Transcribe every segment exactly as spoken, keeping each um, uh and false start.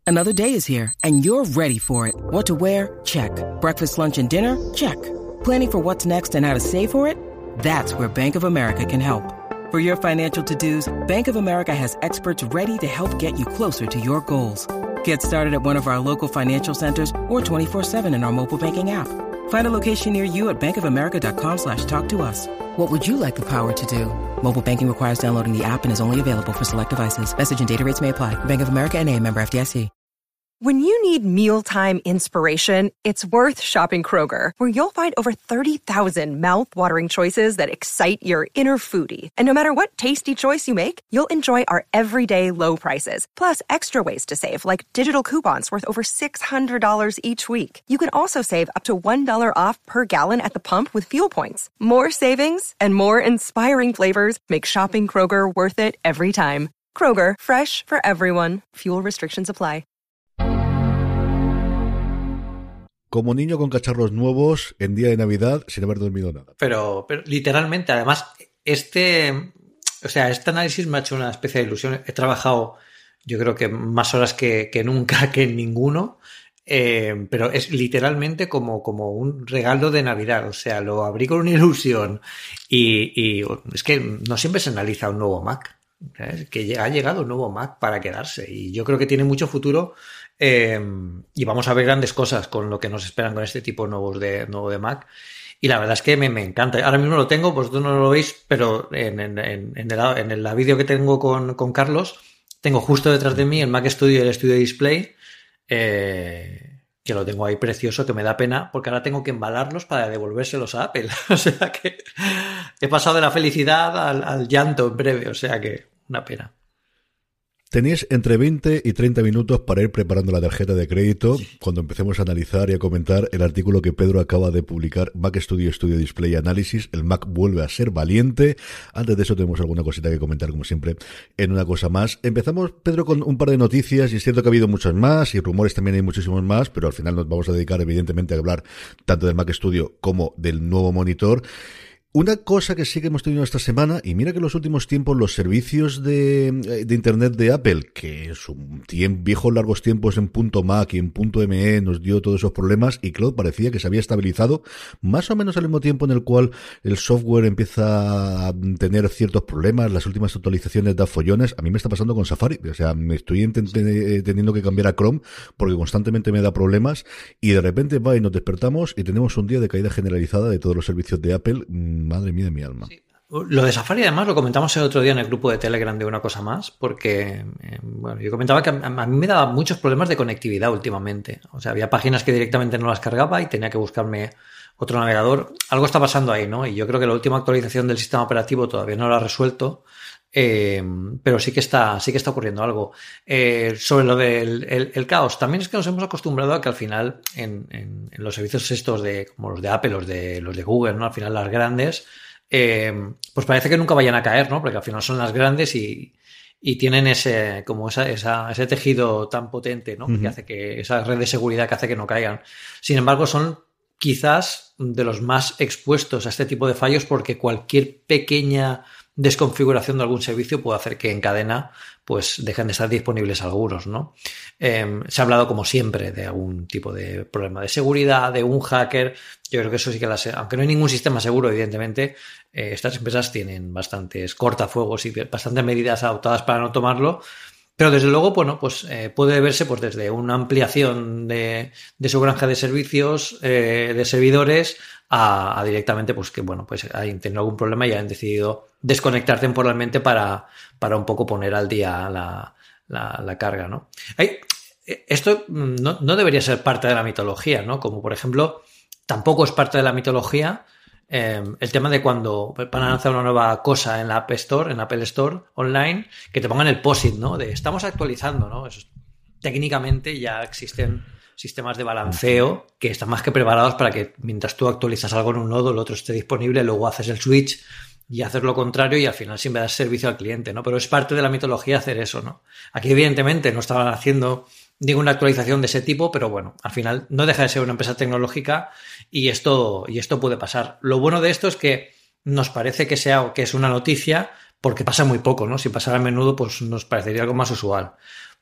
Another day is here, and you're ready for it. What to wear? Check. Breakfast, lunch, and dinner? Check. Planning for what's next and how to save for it? That's where Bank of America can help. For your financial to-dos, Bank of America has experts ready to help get you closer to your goals. Get started at one of our local financial centers or twenty-four seven in our mobile banking app. Find a location near you at bankofamerica.com slash talk to us. What would you like the power to do? Mobile banking requires downloading the app and is only available for select devices. Message and data rates may apply. Bank of America N A, member F D I C. When you need mealtime inspiration, it's worth shopping Kroger, where you'll find over thirty thousand mouth-watering choices that excite your inner foodie. And no matter what tasty choice you make, you'll enjoy our everyday low prices, plus extra ways to save, like digital coupons worth over six hundred dollars each week. You can also save up to one dollar off per gallon at the pump with fuel points. More savings and more inspiring flavors make shopping Kroger worth it every time. Kroger, fresh for everyone. Fuel restrictions apply. Como niño con cacharros nuevos en día de Navidad sin haber dormido nada. Pero, pero literalmente, además, este, o sea, este análisis me ha hecho una especie de ilusión. He trabajado, yo creo que más horas que, que nunca, que en ninguno, eh, pero es literalmente como, como un regalo de Navidad. O sea, lo abrí con una ilusión y, y es que no siempre se analiza un nuevo Mac. ¿Sabes? Que ha llegado un nuevo Mac para quedarse y yo creo que tiene mucho futuro. Eh, y vamos a ver grandes cosas con lo que nos esperan con este tipo nuevos de, nuevo de Mac. Y la verdad es que me, me encanta. Ahora mismo lo tengo, vosotros no lo veis, pero en, en, en, en el, en el vídeo que tengo con, con Carlos, tengo justo detrás de mí el Mac Studio y el Studio Display, eh, que lo tengo ahí precioso, que me da pena, porque ahora tengo que embalarlos para devolvérselos a Apple. O sea que he pasado de la felicidad al, al llanto en breve, o sea que una pena. Tenéis entre veinte y treinta minutos para ir preparando la tarjeta de crédito sí. cuando empecemos a analizar y a comentar el artículo que Pedro acaba de publicar, Mac Studio Studio Display Analysis. El Mac vuelve a ser valiente. Antes de eso tenemos alguna cosita que comentar, como siempre, en una cosa más. Empezamos, Pedro, con un par de noticias, y es cierto que ha habido muchas más, y rumores también hay muchísimos más, pero al final nos vamos a dedicar, evidentemente, a hablar tanto del Mac Studio como del nuevo monitor. Una cosa que sí que hemos tenido esta semana, y mira que en los últimos tiempos los servicios de, de Internet de Apple, que en sus tiemp, viejos largos tiempos en .Mac y en .me nos dio todos esos problemas, y Cloud parecía que se había estabilizado, más o menos al mismo tiempo en el cual el software empieza a tener ciertos problemas, las últimas actualizaciones da follones. A mí me está pasando con Safari, o sea, me estoy intent- teniendo que cambiar a Chrome porque constantemente me da problemas, y de repente va y nos despertamos y tenemos un día de caída generalizada de todos los servicios de Apple. Madre mía de mi alma. Sí. Lo de Safari, además, lo comentamos el otro día en el grupo de Telegram de Una Cosa Más, porque, eh, bueno, yo comentaba que a, a mí me daba muchos problemas de conectividad últimamente. O sea, había páginas que directamente no las cargaba y tenía que buscarme otro navegador. Algo está pasando ahí, ¿no? Y yo creo que la última actualización del sistema operativo todavía no la ha resuelto, eh, pero sí que está, sí que está ocurriendo algo. Eh, sobre lo del el, el caos, también es que nos hemos acostumbrado a que al final, en, en, en los servicios estos de, como los de Apple, los de, los de Google, ¿no? Al final las grandes, Eh, pues parece que nunca vayan a caer, ¿no? Porque al final son las grandes y, y tienen ese, como esa, esa, ese tejido tan potente, ¿no? Uh-huh. Que hace que, esa red de seguridad que hace que no caigan. Sin embargo, son quizás de los más expuestos a este tipo de fallos, porque cualquier pequeña desconfiguración de algún servicio puede hacer que en cadena pues dejen de estar disponibles algunos, ¿no? Eh, se ha hablado, como siempre, de algún tipo de problema de seguridad, de un hacker. Yo creo que eso sí que las, aunque no hay ningún sistema seguro, evidentemente, eh, estas empresas tienen bastantes cortafuegos y bastantes medidas adoptadas para no tomarlo. Pero desde luego, bueno, pues eh, puede verse pues desde una ampliación de, de su granja de servicios, eh, de servidores, a, a directamente, pues que bueno, pues hayan tenido algún problema y hayan decidido desconectar temporalmente para, para un poco poner al día la, la, la carga, ¿no? Hay, esto no, no debería ser parte de la mitología, ¿no? Como por ejemplo, tampoco es parte de la mitología Eh, el tema de cuando van a lanzar una nueva cosa en la App Store, en la Apple Store online, que te pongan el post-it, ¿no? De estamos actualizando, ¿no? Eso, técnicamente ya existen sistemas de balanceo que están más que preparados para que mientras tú actualizas algo en un nodo, el otro esté disponible, luego haces el switch y haces lo contrario y al final siempre das servicio al cliente, ¿no? Pero es parte de la mitología hacer eso, ¿no? Aquí evidentemente no estaban haciendo ninguna actualización de ese tipo, pero bueno, al final no deja de ser una empresa tecnológica y esto, y esto puede pasar. Lo bueno de esto es que nos parece que sea, que es una noticia porque pasa muy poco, ¿no? Si pasara a menudo, pues nos parecería algo más usual.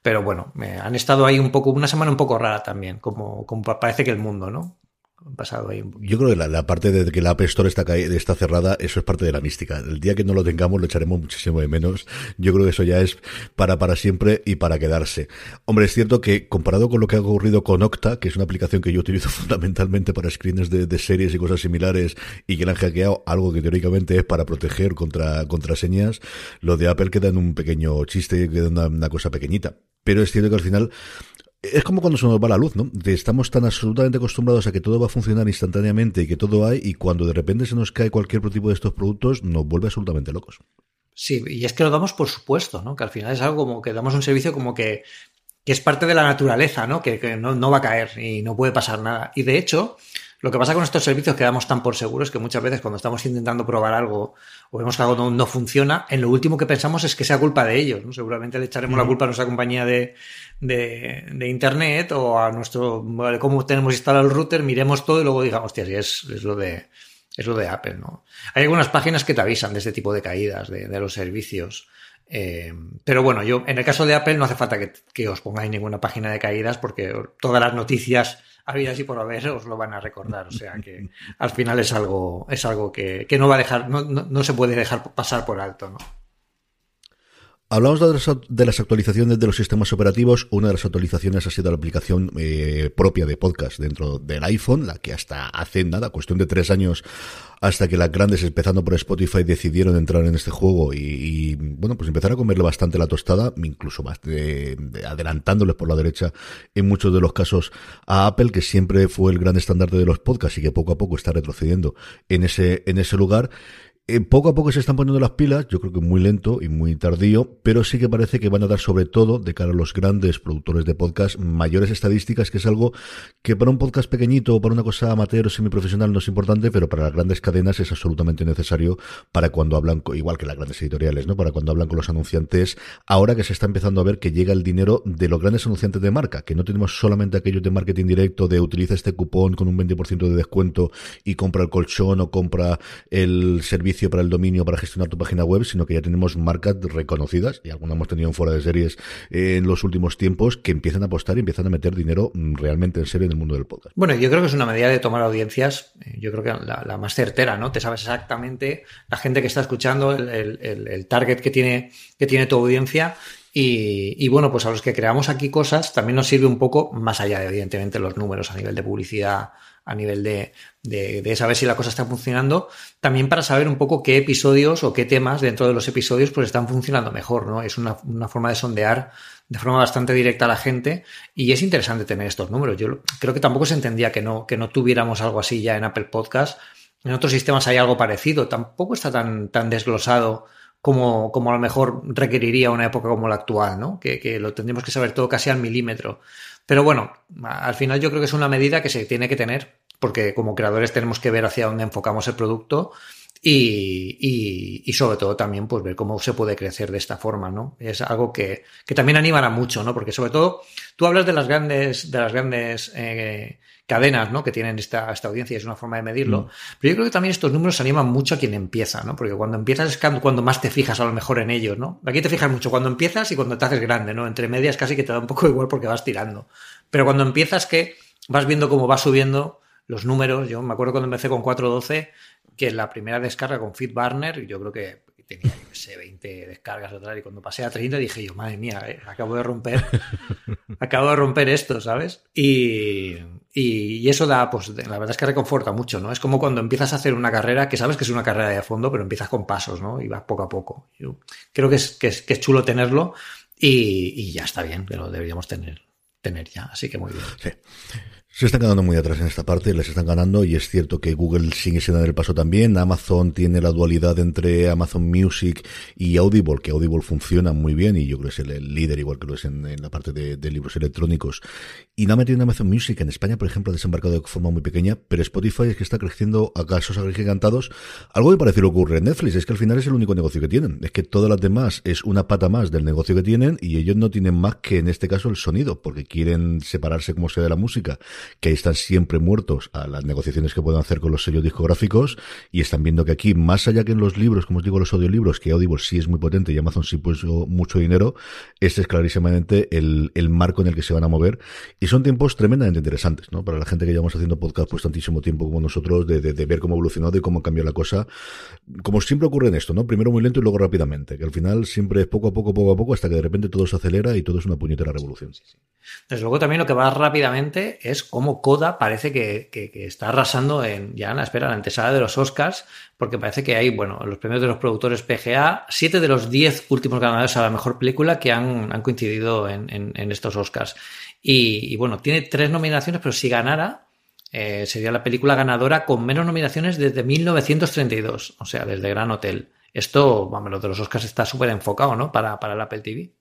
pero bueno, me han estado ahí un poco, una semana un poco rara también, como, como parece que el mundo, ¿no? Pasado ahí un poco. Yo creo que la, la parte de que la App Store está, está cerrada, eso es parte de la mística. El día que no lo tengamos lo echaremos muchísimo de menos. Yo creo que eso ya es para para siempre y para quedarse. Hombre, es cierto que comparado con lo que ha ocurrido con Okta, que es una aplicación que yo utilizo fundamentalmente para screens de, de series y cosas similares, y que la han hackeado, algo que teóricamente es para proteger contra contraseñas, lo de Apple queda en un pequeño chiste, queda en una, una cosa pequeñita. Pero es cierto que al final es como cuando se nos va la luz, ¿no? Estamos tan absolutamente acostumbrados a que todo va a funcionar instantáneamente y que todo hay, y cuando de repente se nos cae cualquier tipo de estos productos, nos vuelve absolutamente locos. Sí, y es que lo damos por supuesto, ¿no? Que al final es algo como que damos un servicio como que, que es parte de la naturaleza, ¿no? Que, que no, no va a caer y no puede pasar nada. Y de hecho, lo que pasa con estos servicios que damos tan por seguros que muchas veces cuando estamos intentando probar algo o vemos que algo no, no funciona, en lo último que pensamos es que sea culpa de ellos, ¿no? Seguramente le echaremos mm. la culpa a nuestra compañía de, de, de internet o a nuestro, vale, cómo tenemos instalado el router, miremos todo y luego digamos, hostia, sí, es, es lo de es lo de Apple, ¿no? Hay algunas páginas que te avisan de este tipo de caídas de, de los servicios. Eh, pero bueno, yo en el caso de Apple no hace falta que, que os pongáis ninguna página de caídas porque todas las noticias habidas y por haber os lo van a recordar, o sea que al final es algo es algo que, que no va a dejar no, no, no se puede dejar pasar por alto, ¿no? Hablamos de las, de las actualizaciones de los sistemas operativos. Una de las actualizaciones ha sido la aplicación eh, propia de podcast dentro del iPhone, la que hasta hace nada, cuestión de tres años, hasta que las grandes, empezando por Spotify, decidieron entrar en este juego y, y bueno, pues empezar a comerle bastante la tostada, incluso más de, de adelantándoles por la derecha en muchos de los casos a Apple, que siempre fue el gran estandarte de los podcasts y que poco a poco está retrocediendo en ese, en ese lugar. Eh, poco a poco se están poniendo las pilas, yo creo que muy lento y muy tardío, pero sí que parece que van a dar, sobre todo de cara a los grandes productores de podcast, mayores estadísticas, que es algo que para un podcast pequeñito o para una cosa amateur o semiprofesional no es importante, pero para las grandes cadenas es absolutamente necesario para cuando hablan, igual que las grandes editoriales, ¿no? Para cuando hablan con los anunciantes, ahora que se está empezando a ver que llega el dinero de los grandes anunciantes de marca, que no tenemos solamente aquellos de marketing directo de utiliza este cupón con un veinte por ciento de descuento y compra el colchón o compra el servicio para el dominio para gestionar tu página web, sino que ya tenemos marcas reconocidas, y algunas hemos tenido en fuera de series eh, en los últimos tiempos, que empiezan a apostar y empiezan a meter dinero realmente en serio en el mundo del podcast. Bueno, yo creo que es una medida de tomar audiencias, yo creo que la, la más certera, ¿no? Te sabes exactamente la gente que está escuchando, el, el, el target que tiene, que tiene tu audiencia. Y, y bueno, pues a los que creamos aquí cosas también nos sirve un poco, más allá de evidentemente los números a nivel de publicidad, a nivel de, de, de saber si la cosa está funcionando, también para saber un poco qué episodios o qué temas dentro de los episodios pues están funcionando mejor, ¿no? Es una, una forma de sondear de forma bastante directa a la gente y es interesante tener estos números. Yo creo que tampoco se entendía que no, que no tuviéramos algo así ya en Apple Podcast. En otros sistemas hay algo parecido. Tampoco está tan, tan desglosado como, como a lo mejor requeriría una época como la actual, ¿no? Que, que lo tendríamos que saber todo casi al milímetro. Pero bueno, al final yo creo que es una medida que se tiene que tener, porque como creadores tenemos que ver hacia dónde enfocamos el producto y, y, y sobre todo también pues ver cómo se puede crecer de esta forma, ¿no? Es algo que, que también animará mucho, ¿no? Porque sobre todo tú hablas de las grandes, de las grandes eh, cadenas, ¿no? Que tienen esta, esta audiencia y es una forma de medirlo. Mm. Pero yo creo que también estos números animan mucho a quien empieza, ¿no? Porque cuando empiezas es cuando más te fijas a lo mejor en ellos, ¿no? Aquí te fijas mucho cuando empiezas y cuando te haces grande, ¿no? Entre medias casi que te da un poco igual porque vas tirando. Pero cuando empiezas que vas viendo cómo va subiendo los números. Yo me acuerdo cuando empecé con cuatro doce que la primera descarga con FeedBurner, yo creo que tenía, yo qué sé, veinte descargas o tal, y cuando pasé a treinta dije yo, madre mía, eh, acabo de romper acabo de romper esto, ¿sabes? Y, y, y eso da, pues la verdad es que reconforta mucho, ¿no? Es como cuando empiezas a hacer una carrera, que sabes que es una carrera de fondo, pero empiezas con pasos, ¿no? Y vas poco a poco. Yo creo que es, que es, que es chulo tenerlo y, y ya está bien, que lo deberíamos tener, tener ya, así que muy bien. Sí. Se están quedando muy atrás en esta parte, les están ganando y es cierto que Google sigue siendo el paso también. Amazon tiene la dualidad entre Amazon Music y Audible, que Audible funciona muy bien y yo creo que es el, el líder igual que lo es en, en la parte de, de libros electrónicos. Y nada más tiene Amazon Music en España, por ejemplo, ha desembarcado de forma muy pequeña, pero Spotify es que está creciendo a casos agigantados. Algo que parecido ocurre en Netflix, es que al final es el único negocio que tienen. Es que todas las demás es una pata más del negocio que tienen y ellos no tienen más que en este caso el sonido, porque quieren separarse como sea de la música, que ahí están siempre muertos a las negociaciones que puedan hacer con los sellos discográficos, y están viendo que aquí, más allá que en los libros, como os digo, los audiolibros, que Audible sí es muy potente y Amazon sí puso mucho dinero, este es clarísimamente el, el marco en el que se van a mover, y son tiempos tremendamente interesantes, ¿no? Para la gente que llevamos haciendo podcast pues tantísimo tiempo como nosotros, de, de, de ver cómo ha evolucionado y cómo cambió la cosa, como siempre ocurre en esto, ¿no? Primero muy lento y luego rápidamente, que al final siempre es poco a poco, poco a poco, hasta que de repente todo se acelera y todo es una puñetera revolución. Sí, sí. Desde luego también lo que va rápidamente es cómo Coda parece que, que, que está arrasando en, ya en la espera, en la antesala de los Oscars, porque parece que hay, bueno, los premios de los productores P G A, siete de los diez últimos ganadores a la mejor película que han, han coincidido en, en, en estos Oscars. Y, y bueno, tiene tres nominaciones, pero si ganara, eh, sería la película ganadora con menos nominaciones desde mil novecientos treinta y dos, o sea, desde Gran Hotel. Esto, vamos, lo de los Oscars está súper enfocado, ¿no? Para, para el Apple T V.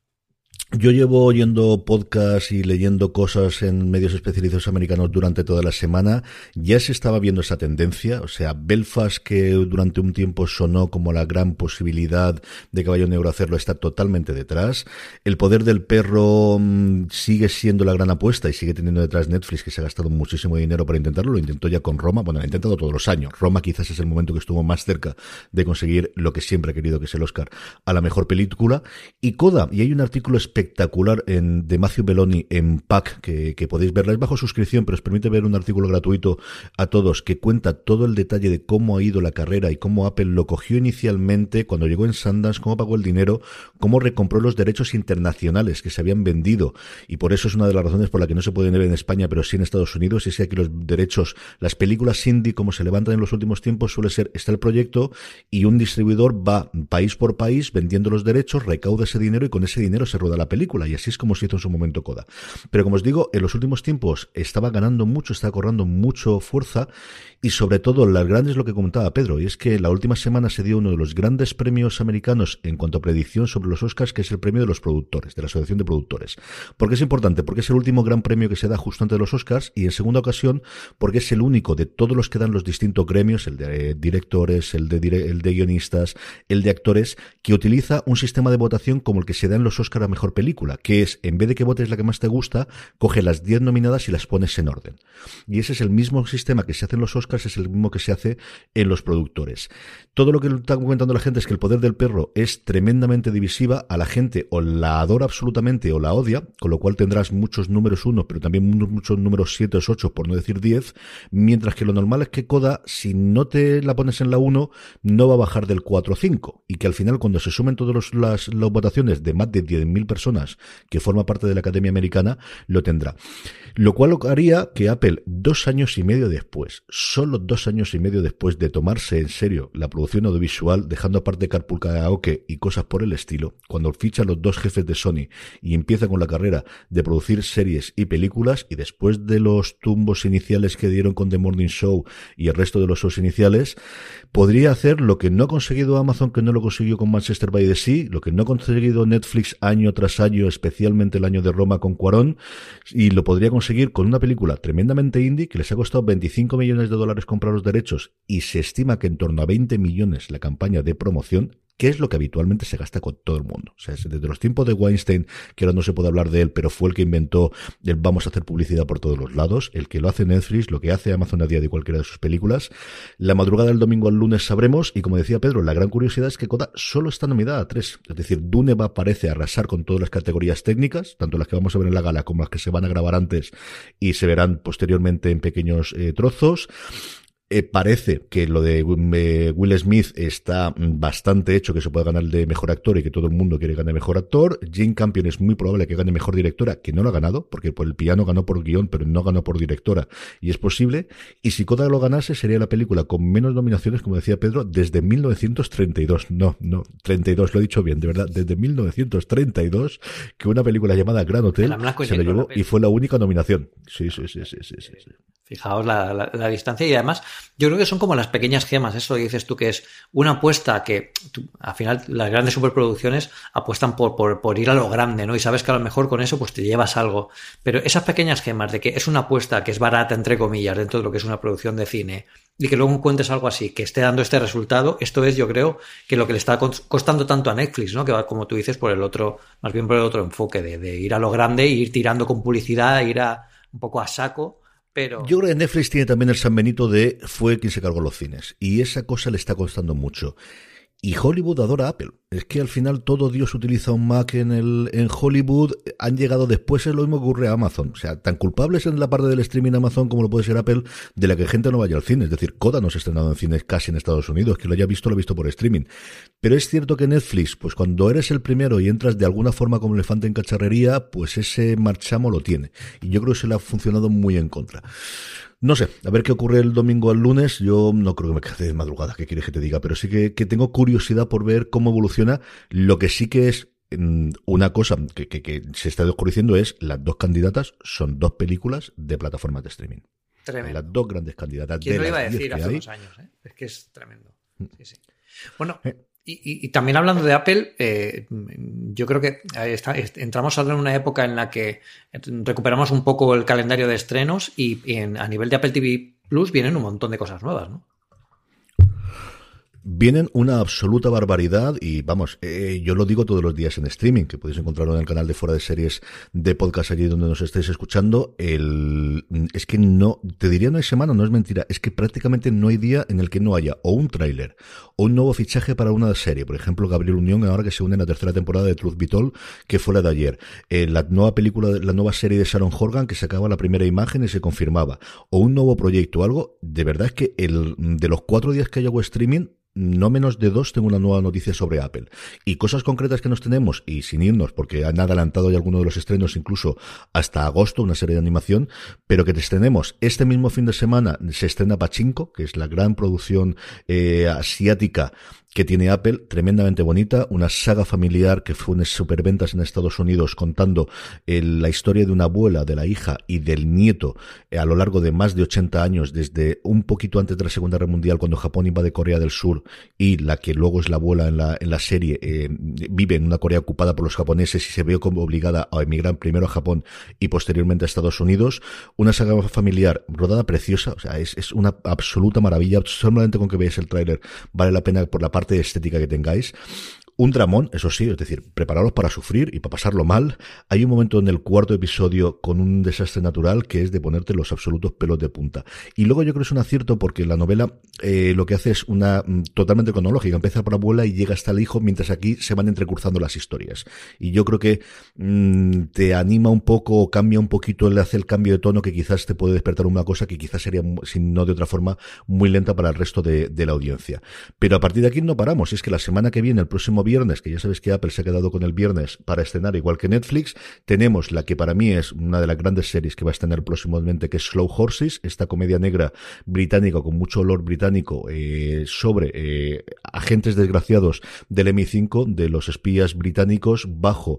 Yo llevo oyendo podcasts y leyendo cosas en medios especializados americanos durante toda la semana. Ya se estaba viendo esa tendencia. O sea, Belfast, que durante un tiempo sonó como la gran posibilidad de Caballo Negro hacerlo, está totalmente detrás. El Poder del Perro mmm, sigue siendo la gran apuesta y sigue teniendo detrás Netflix, que se ha gastado muchísimo dinero para intentarlo. Lo intentó ya con Roma. Bueno, lo ha intentado todos los años. Roma quizás es el momento que estuvo más cerca de conseguir lo que siempre ha querido, que es el Oscar a la mejor película. Y Coda, y hay un artículo espectacular espectacular en, de Matthew Belloni en P A C, que, que podéis verla, es bajo suscripción, pero os permite ver un artículo gratuito a todos que cuenta todo el detalle de cómo ha ido la carrera y cómo Apple lo cogió inicialmente cuando llegó en Sundance, cómo pagó el dinero, cómo recompró los derechos internacionales que se habían vendido, y por eso es una de las razones por la que no se pueden ver en España, pero sí en Estados Unidos, y es que aquí los derechos, las películas indie, como se levantan en los últimos tiempos, suele ser, está el proyecto y un distribuidor va país por país vendiendo los derechos, recauda ese dinero y con ese dinero se rueda la película, y así es como se hizo en su momento Coda. Pero como os digo, en los últimos tiempos estaba ganando mucho, estaba cobrando mucho fuerza, y sobre todo las grandes, lo que comentaba Pedro, y es que la última semana se dio uno de los grandes premios americanos en cuanto a predicción sobre los Oscars, que es el premio de los productores, de la Asociación de Productores. ¿Por qué es importante? Porque es el último gran premio que se da justo antes de los Oscars, y en segunda ocasión porque es el único de todos los que dan los distintos gremios, el de eh, directores, el de, dire- el de guionistas, el de actores, que utiliza un sistema de votación como el que se da en los Oscars a mejor película, que es, en vez de que votes la que más te gusta, coge las diez nominadas y las pones en orden. Y ese es el mismo sistema que se hace en los Oscars, es el mismo que se hace en los productores. Todo lo que está comentando la gente es que El Poder del Perro es tremendamente divisiva, a la gente o la adora absolutamente o la odia, con lo cual tendrás muchos números uno, pero también muchos números siete o ocho, por no decir diez, mientras que lo normal es que Coda, si no te la pones en la uno, no va a bajar del cuatro o cinco, y que al final, cuando se sumen todas las, las votaciones de más de diez mil personas que forma parte de la Academia Americana, lo tendrá. Lo cual haría que Apple, dos años y medio después, solo dos años y medio después de tomarse en serio la producción audiovisual, dejando aparte Carpool Karaoke y cosas por el estilo, cuando ficha los dos jefes de Sony y empieza con la carrera de producir series y películas, y después de los tumbos iniciales que dieron con The Morning Show y el resto de los shows iniciales, podría hacer lo que no ha conseguido Amazon, que no lo consiguió con Manchester by the Sea, lo que no ha conseguido Netflix año tras año, especialmente el año de Roma con Cuarón, y lo podría conseguir con una película tremendamente indie que les ha costado veinticinco millones de dólares comprar los derechos, y se estima que en torno a veinte millones la campaña de promoción, que es lo que habitualmente se gasta con todo el mundo. O sea, desde los tiempos de Weinstein, que ahora no se puede hablar de él, pero fue el que inventó el vamos a hacer publicidad por todos los lados, el que lo hace Netflix, lo que hace Amazon a día de cualquiera de sus películas. La madrugada del domingo al lunes sabremos, y como decía Pedro, la gran curiosidad es que Coda solo está nominada a tres. Es decir, Dune va, parece arrasar con todas las categorías técnicas, tanto las que vamos a ver en la gala como las que se van a grabar antes y se verán posteriormente en pequeños eh, trozos. Eh, parece que lo de eh, Will Smith está bastante hecho, que se puede ganar el de mejor actor y que todo el mundo quiere ganar mejor actor. Jane Campion es muy probable que gane mejor directora, que no lo ha ganado, porque por El Piano ganó por guión, pero no ganó por directora, y es posible. Y si Coda lo ganase, sería la película con menos nominaciones, como decía Pedro, desde mil novecientos treinta y dos. No, no, treinta y dos, lo he dicho bien, de verdad, desde mil novecientos treinta y dos, que una película llamada Gran Hotel se lo llevó y fue la única nominación. Sí, sí, sí, sí, sí, sí, sí. Fijaos la, la, la distancia y además yo creo que son como las pequeñas gemas, eso dices tú que es una apuesta que tú, al final las grandes superproducciones apuestan por, por, por ir a lo grande, ¿no? Y sabes que a lo mejor con eso pues te llevas algo, pero esas pequeñas gemas de que es una apuesta que es barata entre comillas dentro de lo que es una producción de cine y que luego encuentres algo así que esté dando este resultado, esto es yo creo que lo que le está costando tanto a Netflix, ¿no? Que va como tú dices por el otro, más bien por el otro enfoque de, de ir a lo grande, ir tirando con publicidad, ir a un poco a saco. Pero... Yo creo que Netflix tiene también el San Benito de fue quien se cargó los cines y esa cosa le está costando mucho. Y Hollywood adora a Apple. Es que al final todo Dios utiliza un Mac en el en Hollywood. Han llegado después, es lo mismo que ocurre a Amazon. O sea, tan culpables en la parte del streaming Amazon como lo puede ser Apple, de la que gente no vaya al cine. Es decir, Coda no se ha estrenado en cines casi en Estados Unidos. Quien lo haya visto, lo ha visto por streaming. Pero es cierto que Netflix, pues cuando eres el primero y entras de alguna forma como elefante en cacharrería, pues ese marchamo lo tiene. Y yo creo que se le ha funcionado muy en contra. No sé, a ver qué ocurre el domingo al lunes. Yo no creo que me quede de madrugada, ¿qué quieres que te diga? Pero sí que, que tengo curiosidad por ver cómo evoluciona. Lo que sí que es mmm, una cosa que, que, que se está descubriendo es las dos candidatas son dos películas de plataformas de streaming. Tremendo. Las dos grandes candidatas. ¿Quién de lo iba a decir hace unos años? ¿eh? Es que es tremendo. Sí, sí. Bueno... Eh. Y, y, y también hablando de Apple, eh, yo creo que está, entramos ahora en una época en la que recuperamos un poco el calendario de estrenos y, y en, a nivel de Apple T V Plus vienen un montón de cosas nuevas, ¿no? Vienen una absoluta barbaridad y vamos, eh, yo lo digo todos los días en streaming, que podéis encontrarlo en el canal de Fuera de Series de podcast allí donde nos estéis escuchando. El, es que no, te diría no hay semana, no es mentira, es que prácticamente no hay día en el que no haya o un tráiler o un nuevo fichaje para una serie. Por ejemplo, Gabriel Unión ahora que se une en la tercera temporada de Truth Be Told, que fue la de ayer. Eh, la nueva película, la nueva serie de Sharon Horgan que sacaba la primera imagen y se confirmaba. O un nuevo proyecto o algo. De verdad es que el, de los cuatro días que yo hago streaming, no menos de dos tengo una nueva noticia sobre Apple. Y cosas concretas que nos tenemos, y sin irnos, porque han adelantado ya algunos de los estrenos, incluso hasta agosto, una serie de animación, pero que tenemos este mismo fin de semana, se estrena Pachinko, que es la gran producción eh, asiática que tiene Apple, tremendamente bonita, una saga familiar que fue en superventas en Estados Unidos contando el, la historia de una abuela, de la hija y del nieto eh, a lo largo de más de ochenta años, desde un poquito antes de la Segunda Guerra Mundial, cuando Japón invade Corea del Sur, y la que luego es la abuela en la, en la serie, eh, vive en una Corea ocupada por los japoneses y se vio como obligada a emigrar primero a Japón y posteriormente a Estados Unidos. Una saga familiar rodada preciosa, o sea, es, es una absoluta maravilla. Solamente con que veáis el tráiler vale la pena por la parte estética que tengáis. Un dramón, eso sí, es decir, prepararos para sufrir y para pasarlo mal. Hay un momento en el cuarto episodio con un desastre natural que es de ponerte los absolutos pelos de punta. Y luego yo creo que es un acierto porque la novela eh, lo que hace es una mm, totalmente cronológica. Empieza por la abuela y llega hasta el hijo, mientras aquí se van entrecruzando las historias. Y yo creo que mm, te anima un poco, cambia un poquito, le hace el cambio de tono que quizás te puede despertar una cosa que quizás sería, si no de otra forma, muy lenta para el resto de, de la audiencia. Pero a partir de aquí no paramos. Es que la semana que viene, el próximo viernes, que ya sabes que Apple se ha quedado con el viernes para estrenar igual que Netflix, tenemos la que para mí es una de las grandes series que va a estrenar próximamente, que es Slow Horses, esta comedia negra británica con mucho olor británico eh, sobre eh, agentes desgraciados del M I cinco, de los espías británicos, bajo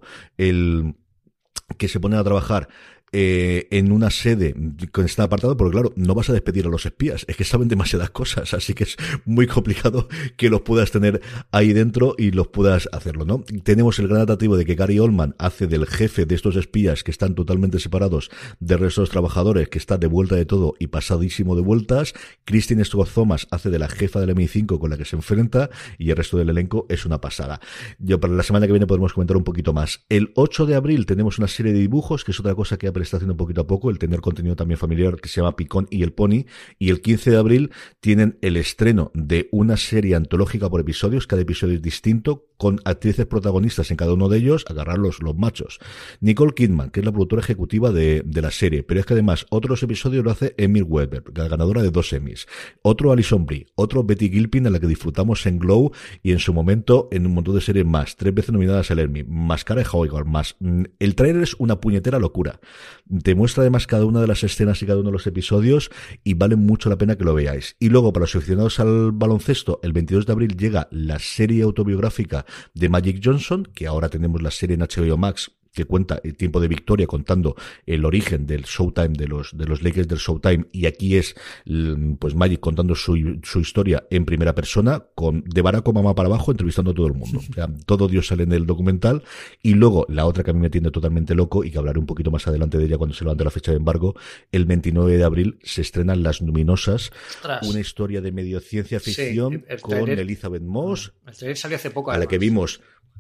el que se ponen a trabajar Eh, en una sede que está apartado, porque claro, no vas a despedir a los espías, es que saben demasiadas cosas, así que es muy complicado que los puedas tener ahí dentro y los puedas hacerlo, ¿no? Tenemos el gran atractivo de que Gary Oldman hace del jefe de estos espías que están totalmente separados del resto de los trabajadores, que está de vuelta de todo y pasadísimo de vueltas. Kristen Stewart Thomas hace de la jefa del M I cinco con la que se enfrenta y el resto del elenco es una pasada. Yo para la semana que viene podemos comentar un poquito más. El ocho de abril tenemos una serie de dibujos, que es otra cosa que Apple está haciendo poquito a poco, el tener contenido también familiar, que se llama Picón y el Pony. Y el quince de abril tienen el estreno de una serie antológica por episodios, cada episodio es distinto, con actrices protagonistas en cada uno de ellos, agarrarlos los machos. Nicole Kidman, que es la productora ejecutiva de, de la serie, pero es que además otros episodios lo hace Emil Weber, la ganadora de dos Emmys, otro Alison Brie, otro Betty Gilpin, a la que disfrutamos en Glow y en su momento en un montón de series más, tres veces nominadas al Emmy, más Karen Howard, más. El tráiler es una puñetera locura. Te muestra además cada una de las escenas y cada uno de los episodios y vale mucho la pena que lo veáis. Y luego, para los aficionados al baloncesto, el veintidós de abril llega la serie autobiográfica de Magic Johnson, que ahora tenemos la serie en H B O Max, que cuenta el tiempo de victoria contando el origen del Showtime, de los de los Lakers del Showtime, y aquí es pues Magic contando su, su historia en primera persona, con de Barack Obama para abajo entrevistando a todo el mundo. O sea, todo Dios sale en el documental. Y luego la otra que a mí me tiene totalmente loco y que hablaré un poquito más adelante de ella cuando se levante la fecha de embargo, el veintinueve de abril se estrenan Las Luminosas, Ostras. una historia de medio ciencia ficción sí, con Elizabeth Moss, el trailer salió hace poco, a la que vimos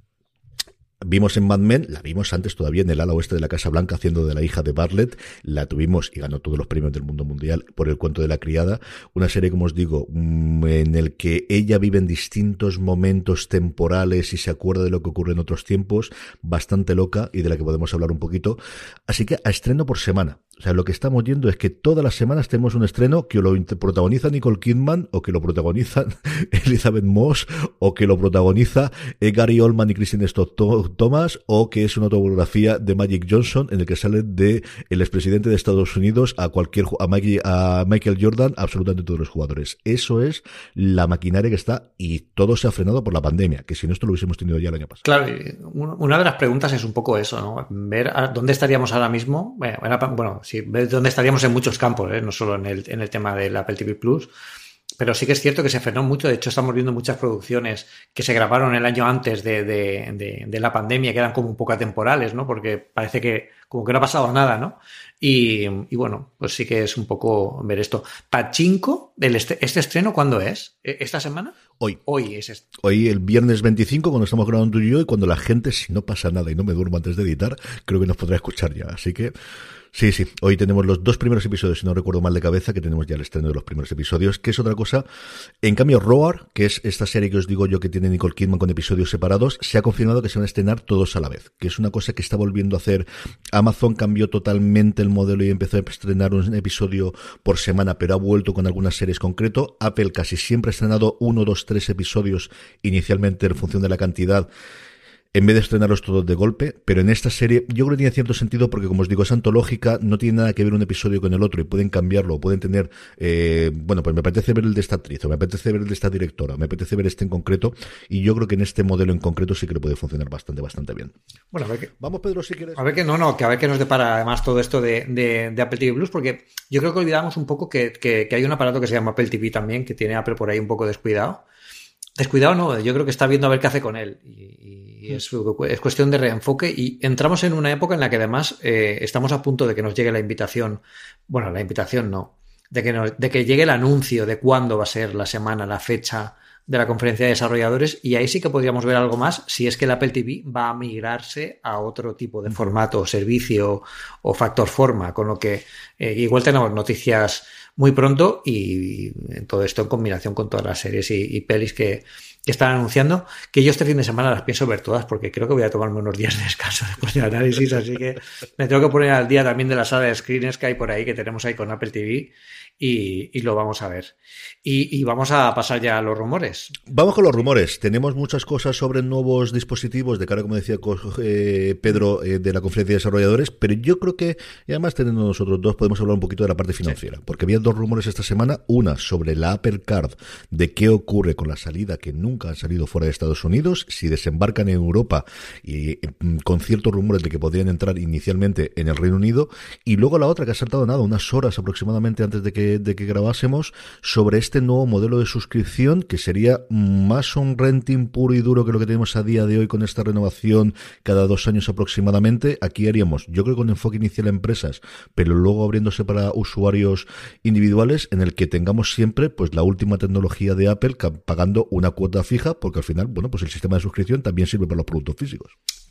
Vimos en Mad Men, la vimos antes todavía en el ala oeste de la Casa Blanca haciendo de la hija de Bartlett, la tuvimos y ganó todos los premios del mundo mundial por El cuento de la criada, una serie, como os digo, en el que ella vive en distintos momentos temporales y se acuerda de lo que ocurre en otros tiempos, bastante loca y de la que podemos hablar un poquito, así que a estreno por semana. O sea, lo que estamos viendo es que todas las semanas tenemos un estreno que lo protagoniza Nicole Kidman, o que lo protagonizan Elizabeth Moss, o que lo protagoniza Gary Oldman y Kristen Scott Thomas, o que es una autobiografía de Magic Johnson en el que sale de el expresidente de Estados Unidos a cualquier a, Mikey, a Michael Jordan, absolutamente todos los jugadores. Eso es la maquinaria que está, y todo se ha frenado por la pandemia, que si no esto lo hubiésemos tenido ya el año pasado. Claro, una de las preguntas es un poco eso, ¿no? Ver a dónde estaríamos ahora mismo. Bueno, bueno sí, ver dónde estaríamos en muchos campos, ¿eh? No solo en el, en el tema del Apple T V Plus. Pero sí que es cierto que se frenó mucho. De hecho, estamos viendo muchas producciones que se grabaron el año antes de, de, de, de la pandemia, que eran como un poco atemporales, ¿no? Porque parece que como que no ha pasado nada, ¿no? Y, y bueno, pues sí que es un poco ver esto. Pachinko, este, ¿este estreno cuándo es? ¿Esta semana? Hoy. Hoy es este. Hoy, el viernes veinticinco, cuando estamos grabando tú y yo, y cuando la gente, si no pasa nada y no me duermo antes de editar, creo que nos podrá escuchar ya. Así que sí, sí, hoy tenemos los dos primeros episodios, si no recuerdo mal de cabeza, que tenemos ya el estreno de los primeros episodios, que es otra cosa. En cambio, Roar, que es esta serie que os digo yo que tiene Nicole Kidman con episodios separados, se ha confirmado que se van a estrenar todos a la vez, que es una cosa que está volviendo a hacer. Amazon cambió totalmente el modelo y empezó a estrenar un episodio por semana, pero ha vuelto con algunas series concreto. Apple casi siempre ha estrenado uno, dos, tres episodios inicialmente en función de la cantidad, en vez de estrenarlos todos de golpe, pero en esta serie yo creo que tiene cierto sentido porque, como os digo, es antológica, no tiene nada que ver un episodio con el otro y pueden cambiarlo, o pueden tener, eh, bueno, pues me apetece ver el de esta actriz, o me apetece ver el de esta directora, o me apetece ver este en concreto, y yo creo que en este modelo en concreto sí que le puede funcionar bastante, bastante bien. Bueno, a ver que... Vamos, Pedro, si quieres. A ver que no, no, que a ver qué nos depara además todo esto de, de, de Apple T V Plus, porque yo creo que olvidamos un poco que, que, que hay un aparato que se llama Apple T V también, que tiene Apple por ahí un poco descuidado. Descuidado no, yo creo que está viendo a ver qué hace con él, y, y es, es cuestión de reenfoque, y entramos en una época en la que además eh, estamos a punto de que nos llegue la invitación, bueno, la invitación no, de que, nos, de que llegue el anuncio de cuándo va a ser la semana, la fecha de la conferencia de desarrolladores, y ahí sí que podríamos ver algo más si es que el Apple T V va a migrarse a otro tipo de formato, servicio o factor forma, con lo que eh, igual tenemos noticias muy pronto, y todo esto en combinación con todas las series y, y pelis que, que están anunciando, que yo este fin de semana las pienso ver todas porque creo que voy a tomarme unos días de descanso después del análisis, así que me tengo que poner al día también de la sala de screeners que hay por ahí, que tenemos ahí con Apple T V, y, y lo vamos a ver. Y, y vamos a pasar ya a los rumores. Vamos con los rumores. Tenemos muchas cosas sobre nuevos dispositivos de cara, como decía eh, Pedro, eh, de la conferencia de desarrolladores, pero yo creo que, y además teniendo nosotros dos, podemos hablar un poquito de la parte financiera, sí. Porque había dos rumores esta semana, una sobre la Apple Card, de qué ocurre con la salida, que nunca han salido fuera de Estados Unidos, si desembarcan en Europa, y con ciertos rumores de que podrían entrar inicialmente en el Reino Unido, y luego la otra que ha saltado nada, unas horas aproximadamente antes de que de que grabásemos, sobre este nuevo modelo de suscripción que sería más un renting puro y duro que lo que tenemos a día de hoy con esta renovación cada dos años aproximadamente. Aquí haríamos, yo creo, con enfoque inicial a empresas, pero luego abriéndose para usuarios individuales, en el que tengamos siempre pues la última tecnología de Apple pagando una cuota fija, porque al final, bueno, pues el sistema de suscripción también sirve para los productos físicos.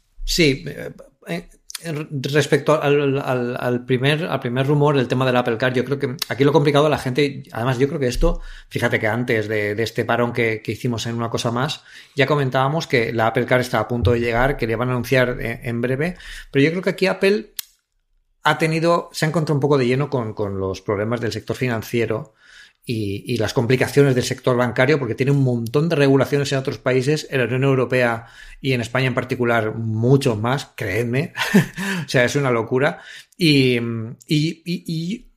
Sí, eh, respecto al, al, al, primer, al primer rumor del tema del Apple Card, yo creo que aquí lo complicado a la gente, además yo creo que esto, fíjate que antes de, de este parón que, que hicimos en Una Cosa Más, ya comentábamos que la Apple Card está a punto de llegar, que le van a anunciar en, en breve, pero yo creo que aquí Apple ha tenido, se ha encontrado un poco de lleno con, con los problemas del sector financiero y, y las complicaciones del sector bancario, porque tiene un montón de regulaciones en otros países, en la Unión Europea y en España en particular, mucho más, creedme. O sea, es una locura. Y, y, y, y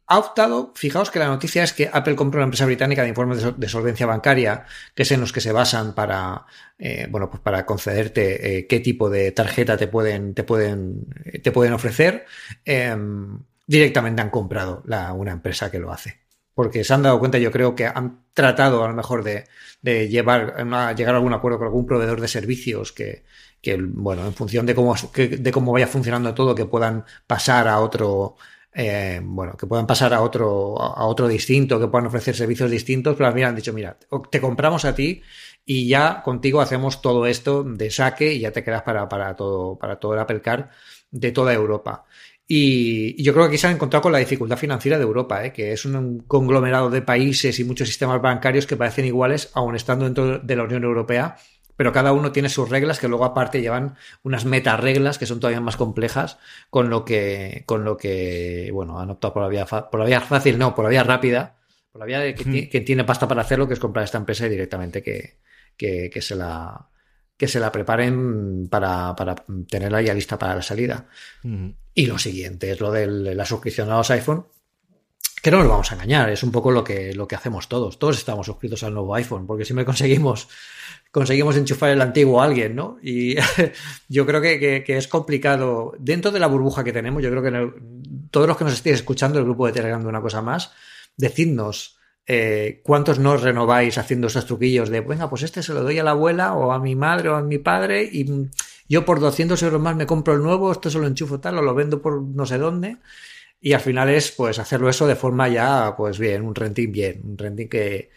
ha optado, fijaos que la noticia es que Apple compró una empresa británica de informes de, de solvencia bancaria, que es en los que se basan para, eh, bueno, pues para concederte eh, qué tipo de tarjeta te pueden, te pueden, te pueden ofrecer. Eh, directamente han comprado la, una empresa que lo hace. Porque se han dado cuenta, yo creo que han tratado a lo mejor de, de llevar, a llegar a algún acuerdo con algún proveedor de servicios que, que bueno, en función de cómo, de cómo vaya funcionando todo, que puedan pasar a otro, Eh, bueno, que puedan pasar a otro, a otro distinto, que puedan ofrecer servicios distintos, pero al final han dicho, mira, te compramos a ti y ya contigo hacemos todo esto de saque y ya te quedas para, para todo, para todo el Apple Car de toda Europa. Y, y yo creo que aquí se han encontrado con la dificultad financiera de Europa, ¿eh? Que es un conglomerado de países y muchos sistemas bancarios que parecen iguales, aun estando dentro de la Unión Europea, pero cada uno tiene sus reglas que luego aparte llevan unas metareglas que son todavía más complejas, con lo que, con lo que, bueno, han optado por la vía, por la vía fácil, no, por la vía rápida, por la vía de que, mm. que tiene pasta para hacerlo, que es comprar esta empresa y directamente que, que, que se la, que se la preparen para, para tenerla ya lista para la salida. Mm. Y lo siguiente es lo de la suscripción a los iPhone, que no nos vamos a engañar, es un poco lo que, lo que hacemos todos. Todos estamos suscritos al nuevo iPhone, porque siempre conseguimos conseguimos enchufar el antiguo a alguien, ¿no? Y yo creo que, que, que es complicado. Dentro de la burbuja que tenemos, yo creo que en el, todos los que nos estéis escuchando, el grupo de Telegram de Una Cosa Más, decidnos eh, cuántos no renováis haciendo esos truquillos de, venga, pues este se lo doy a la abuela o a mi madre o a mi padre y yo por doscientos euros más me compro el nuevo, esto se lo enchufo tal o lo vendo por no sé dónde. Y al final es, pues, hacerlo eso de forma ya, pues bien, un renting bien, un renting que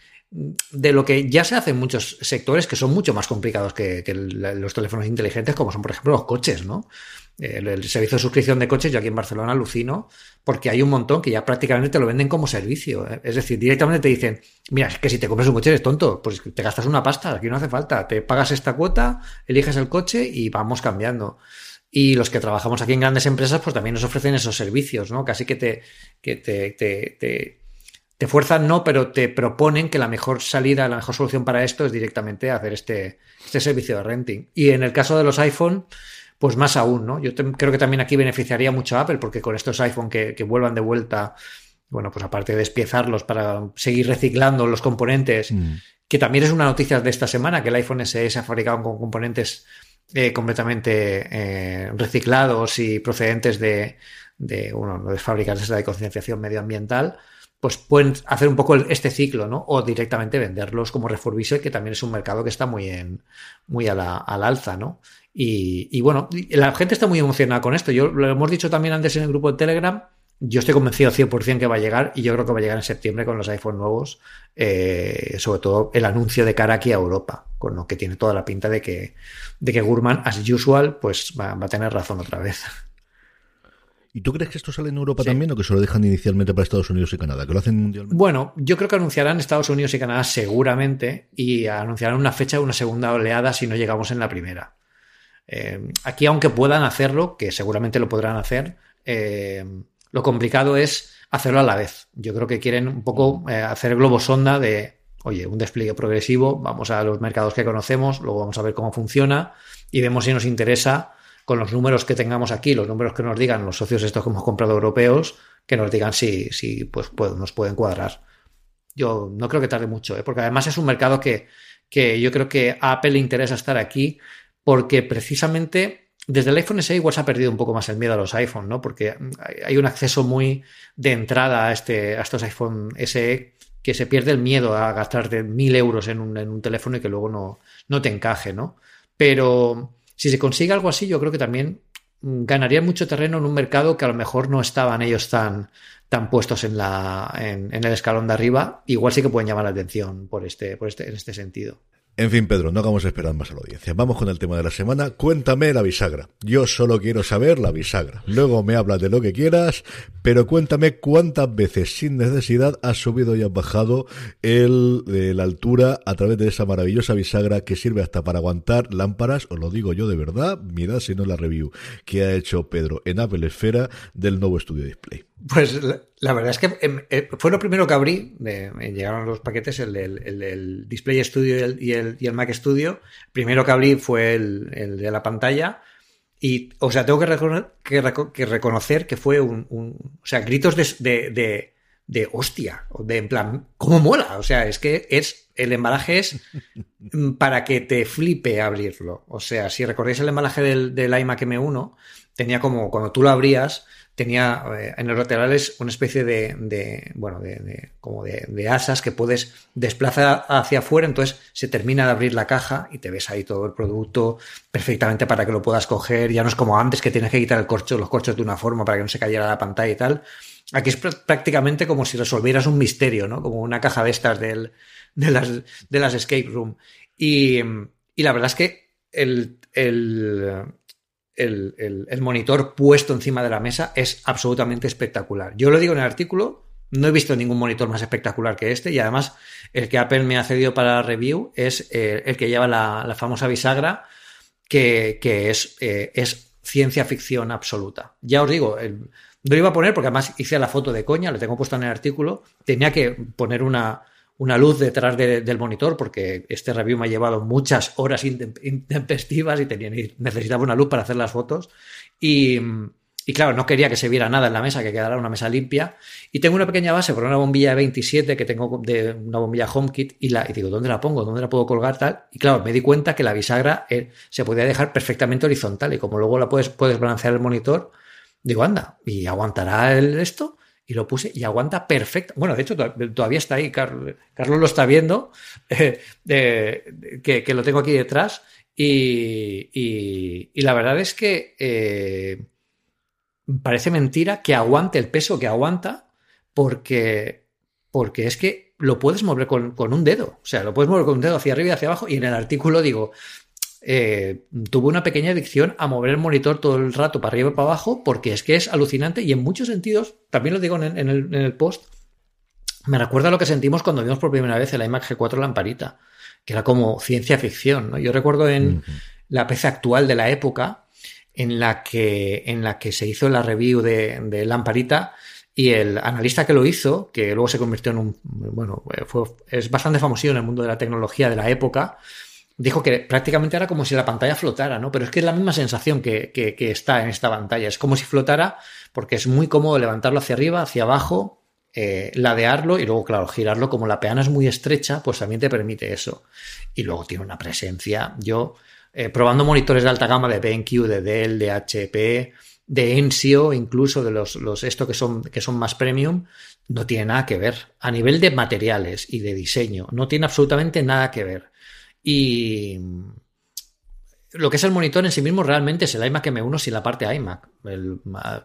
de lo que ya se hace en muchos sectores que son mucho más complicados que, que el, los teléfonos inteligentes, como son, por ejemplo, los coches, ¿no? El, el servicio de suscripción de coches, yo aquí en Barcelona alucino, porque hay un montón que ya prácticamente te lo venden como servicio. ¿eh? Es decir, directamente te dicen, mira, es que si te compras un coche eres tonto, pues te gastas una pasta, aquí no hace falta, te pagas esta cuota, eliges el coche y vamos cambiando. Y los que trabajamos aquí en grandes empresas, pues también nos ofrecen esos servicios, ¿no? Casi que te, que te, te, te, te fuerzan, no, pero te proponen que la mejor salida, la mejor solución para esto es directamente hacer este, este servicio de renting. Y en el caso de los iPhone, pues más aún, ¿no? Yo te, creo que también aquí beneficiaría mucho a Apple, porque con estos iPhone que, que vuelvan de vuelta, bueno, pues aparte de despiezarlos para seguir reciclando los componentes, mm. que también es una noticia de esta semana, que el iPhone S E se ha fabricado con componentes Eh, completamente eh, reciclados y procedentes de, de, bueno, de fábricas de concienciación medioambiental, pues pueden hacer un poco este ciclo, ¿no? O directamente venderlos como refurbished, que también es un mercado que está muy en muy a la, al alza, ¿no? Y, y bueno, la gente está muy emocionada con esto. Yo lo hemos dicho también antes en el grupo de Telegram. Yo estoy convencido cien por ciento que va a llegar y yo creo que va a llegar en septiembre con los iPhone nuevos, eh, sobre todo el anuncio de cara aquí a Europa, con lo que tiene toda la pinta de que, de que Gurman, as usual, pues va, va a tener razón otra vez. ¿Y tú crees que esto sale en Europa sí. también o que se lo dejan inicialmente para Estados Unidos y Canadá? ¿Que lo hacen mundialmente? Bueno, yo creo que anunciarán Estados Unidos y Canadá seguramente y anunciarán una fecha de una segunda oleada si no llegamos en la primera. Eh, aquí, aunque puedan hacerlo, que seguramente lo podrán hacer, eh, lo complicado es hacerlo a la vez. Yo creo que quieren un poco eh, hacer globo sonda de, oye, un despliegue progresivo, vamos a los mercados que conocemos, luego vamos a ver cómo funciona y vemos si nos interesa con los números que tengamos aquí, los números que nos digan los socios estos que hemos comprado europeos, que nos digan si, si pues, pues, nos pueden cuadrar. Yo no creo que tarde mucho, ¿eh? Porque además es un mercado que, que yo creo que a Apple le interesa estar aquí porque precisamente desde el iPhone S E igual se ha perdido un poco más el miedo a los iPhone, ¿no? Porque hay un acceso muy de entrada a, este, a estos iPhone S E que se pierde el miedo a gastarte mil euros en un, en un teléfono y que luego no, no te encaje, ¿no? Pero si se consigue algo así, yo creo que también ganaría mucho terreno en un mercado que a lo mejor no estaban ellos tan, tan puestos en, la, en, en el escalón de arriba. Igual sí que pueden llamar la atención por este, por este, en este sentido. En fin, Pedro, no hagamos esperar más a la audiencia. Vamos con el tema de la semana. Cuéntame la bisagra. Yo solo quiero saber la bisagra. Luego me hablas de lo que quieras, pero cuéntame cuántas veces sin necesidad has subido y has bajado el, de la altura a través de esa maravillosa bisagra que sirve hasta para aguantar lámparas. Os lo digo yo de verdad. Mirad si no la review que ha hecho Pedro en Apple Esfera del nuevo Studio Display. Pues la, la verdad es que eh, fue lo primero que abrí, me, me llegaron los paquetes, el del el, el Display Studio y el, y, el, y el Mac Studio. Primero que abrí fue el, el de la pantalla y, o sea, tengo que, recono- que, reco- que reconocer que fue un, un, o sea, gritos de, de, de, de hostia, de en plan, ¿cómo mola? O sea, es que es el embalaje es para que te flipe abrirlo. O sea, si recordáis el embalaje del, del iMac M uno, tenía como, cuando tú lo abrías, tenía eh, en los laterales una especie de, de bueno, de, de como de, de asas que puedes desplazar hacia afuera, entonces se termina de abrir la caja y te ves ahí todo el producto perfectamente para que lo puedas coger. Ya no es como antes que tienes que quitar el corcho, los corchos de una forma para que no se cayera la pantalla y tal. Aquí es pr- prácticamente como si resolvieras un misterio, ¿no? Como una caja de estas del, de, las, de las escape room. Y, y la verdad es que el... el El, el, el monitor puesto encima de la mesa es absolutamente espectacular. Yo lo digo en el artículo, no he visto ningún monitor más espectacular que este, y además el que Apple me ha cedido para la review es eh, el que lleva la, la famosa bisagra, que, que es, eh, es ciencia ficción absoluta. Ya os digo, el, no lo iba a poner porque además hice la foto de coña, lo tengo puesto en el artículo, tenía que poner una... una luz detrás de, del monitor, porque este review me ha llevado muchas horas intempestivas y tenía, necesitaba una luz para hacer las fotos. Y, y claro, no quería que se viera nada en la mesa, que quedara una mesa limpia. Y tengo una pequeña base por una bombilla de veintisiete que tengo de una bombilla HomeKit y, la, y digo, ¿dónde la pongo? ¿Dónde la puedo colgar? Tal. Y claro, me di cuenta que la bisagra eh, se podía dejar perfectamente horizontal y como luego la puedes, puedes balancear el monitor, digo, anda, ¿y aguantará el esto? Y lo puse y aguanta perfecto. Bueno, de hecho, todavía está ahí. Carlos, Carlos lo está viendo, eh, de, que, que lo tengo aquí detrás. Y, y, y la verdad es que eh, parece mentira que aguante el peso que aguanta, porque, porque es que lo puedes mover con, con un dedo. O sea, lo puedes mover con un dedo hacia arriba y hacia abajo. Y en el artículo digo... Eh, tuve una pequeña adicción a mover el monitor todo el rato para arriba y para abajo porque es que es alucinante y en muchos sentidos, también lo digo en, en, el, en el post, me recuerda a lo que sentimos cuando vimos por primera vez el iMac G cuatro Lamparita, que era como ciencia ficción, ¿no? Yo recuerdo en uh-huh. la P C actual de la época en la que, en la que se hizo la review de, de Lamparita y el analista que lo hizo, que luego se convirtió en un, bueno, fue, es bastante famosillo en el mundo de la tecnología de la época, dijo que prácticamente era como si la pantalla flotara, ¿no? Pero es que es la misma sensación que, que, que está en esta pantalla. Es como si flotara porque es muy cómodo levantarlo hacia arriba, hacia abajo, eh, ladearlo y luego, claro, girarlo. Como la peana es muy estrecha, pues también te permite eso. Y luego tiene una presencia. Yo, eh, probando monitores de alta gama de B and Q, de Dell, de H P, de Ensio, incluso de los, los esto que son, que son más premium, no tiene nada que ver. A nivel de materiales y de diseño, no tiene absolutamente nada que ver. Y lo que es el monitor en sí mismo realmente es el iMac M uno sin la parte iMac. El,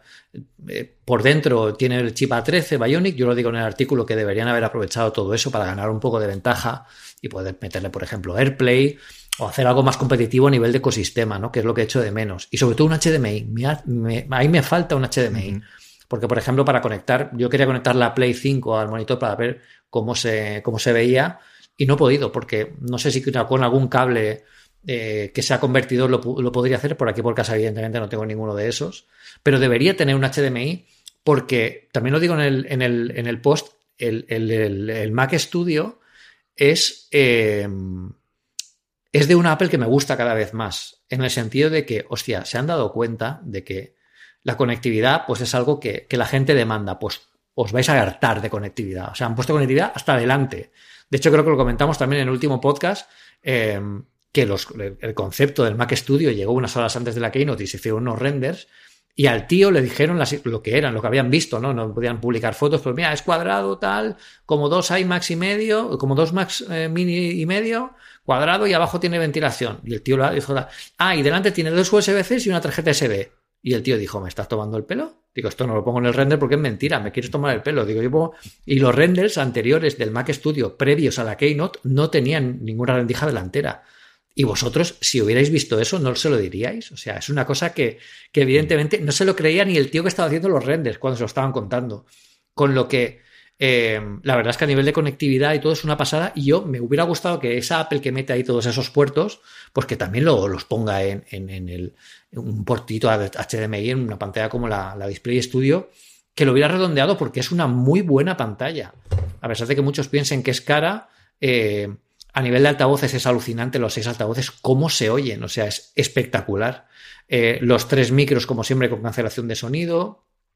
eh, por dentro tiene el chip A trece Bionic. Yo lo digo en el artículo que deberían haber aprovechado todo eso para ganar un poco de ventaja y poder meterle, por ejemplo, AirPlay o hacer algo más competitivo a nivel de ecosistema, ¿no? Que es lo que he hecho de menos. Y sobre todo un H D M I. Me, me, ahí me falta un H D M I. Uh-huh. Porque, por ejemplo, para conectar, yo quería conectar la Play cinco al monitor para ver cómo se, cómo se veía. Y no he podido, porque no sé si con algún cable eh, que sea convertidor lo, lo podría hacer. Por aquí por casa, evidentemente, no tengo ninguno de esos. Pero debería tener un H D M I, porque también lo digo en el, en el, en el post, el, el, el, el Mac Studio es, eh, es de una Apple que me gusta cada vez más. En el sentido de que, hostia, se han dado cuenta de que la conectividad pues es algo que, que la gente demanda. Pues os vais a hartar de conectividad. O sea, han puesto conectividad hasta adelante. De hecho, creo que lo comentamos también en el último podcast, eh, que los, el concepto del Mac Studio llegó unas horas antes de la Keynote y se hicieron unos renders y al tío le dijeron las, lo que eran, lo que habían visto, ¿no? No podían publicar fotos, pero mira, es cuadrado tal, como dos iMacs y medio, como dos Macs eh, mini y medio, cuadrado y abajo tiene ventilación. Y el tío le dijo, ah, y delante tiene dos U S B C y una tarjeta S D. Y el tío dijo, ¿me estás tomando el pelo? Digo, esto no lo pongo en el render porque es mentira, me quieres tomar el pelo. Digo, yo pongo... Y los renders anteriores del Mac Studio previos a la Keynote no tenían ninguna rendija delantera. Y vosotros, si hubierais visto eso, no se lo diríais. O sea, es una cosa que, que evidentemente no se lo creía ni el tío que estaba haciendo los renders cuando se lo estaban contando. Con lo que eh, la verdad es que a nivel de conectividad y todo es una pasada. Y yo me hubiera gustado que esa Apple que mete ahí todos esos puertos, pues que también lo, los ponga en, en, en el... un portito H D M I en una pantalla como la, la Display Studio, que lo hubiera redondeado porque es una muy buena pantalla. A pesar de que muchos piensen que es cara, eh, a nivel de altavoces es alucinante los seis altavoces, cómo se oyen, o sea, es espectacular. Eh, los tres micros, como siempre, con cancelación de sonido.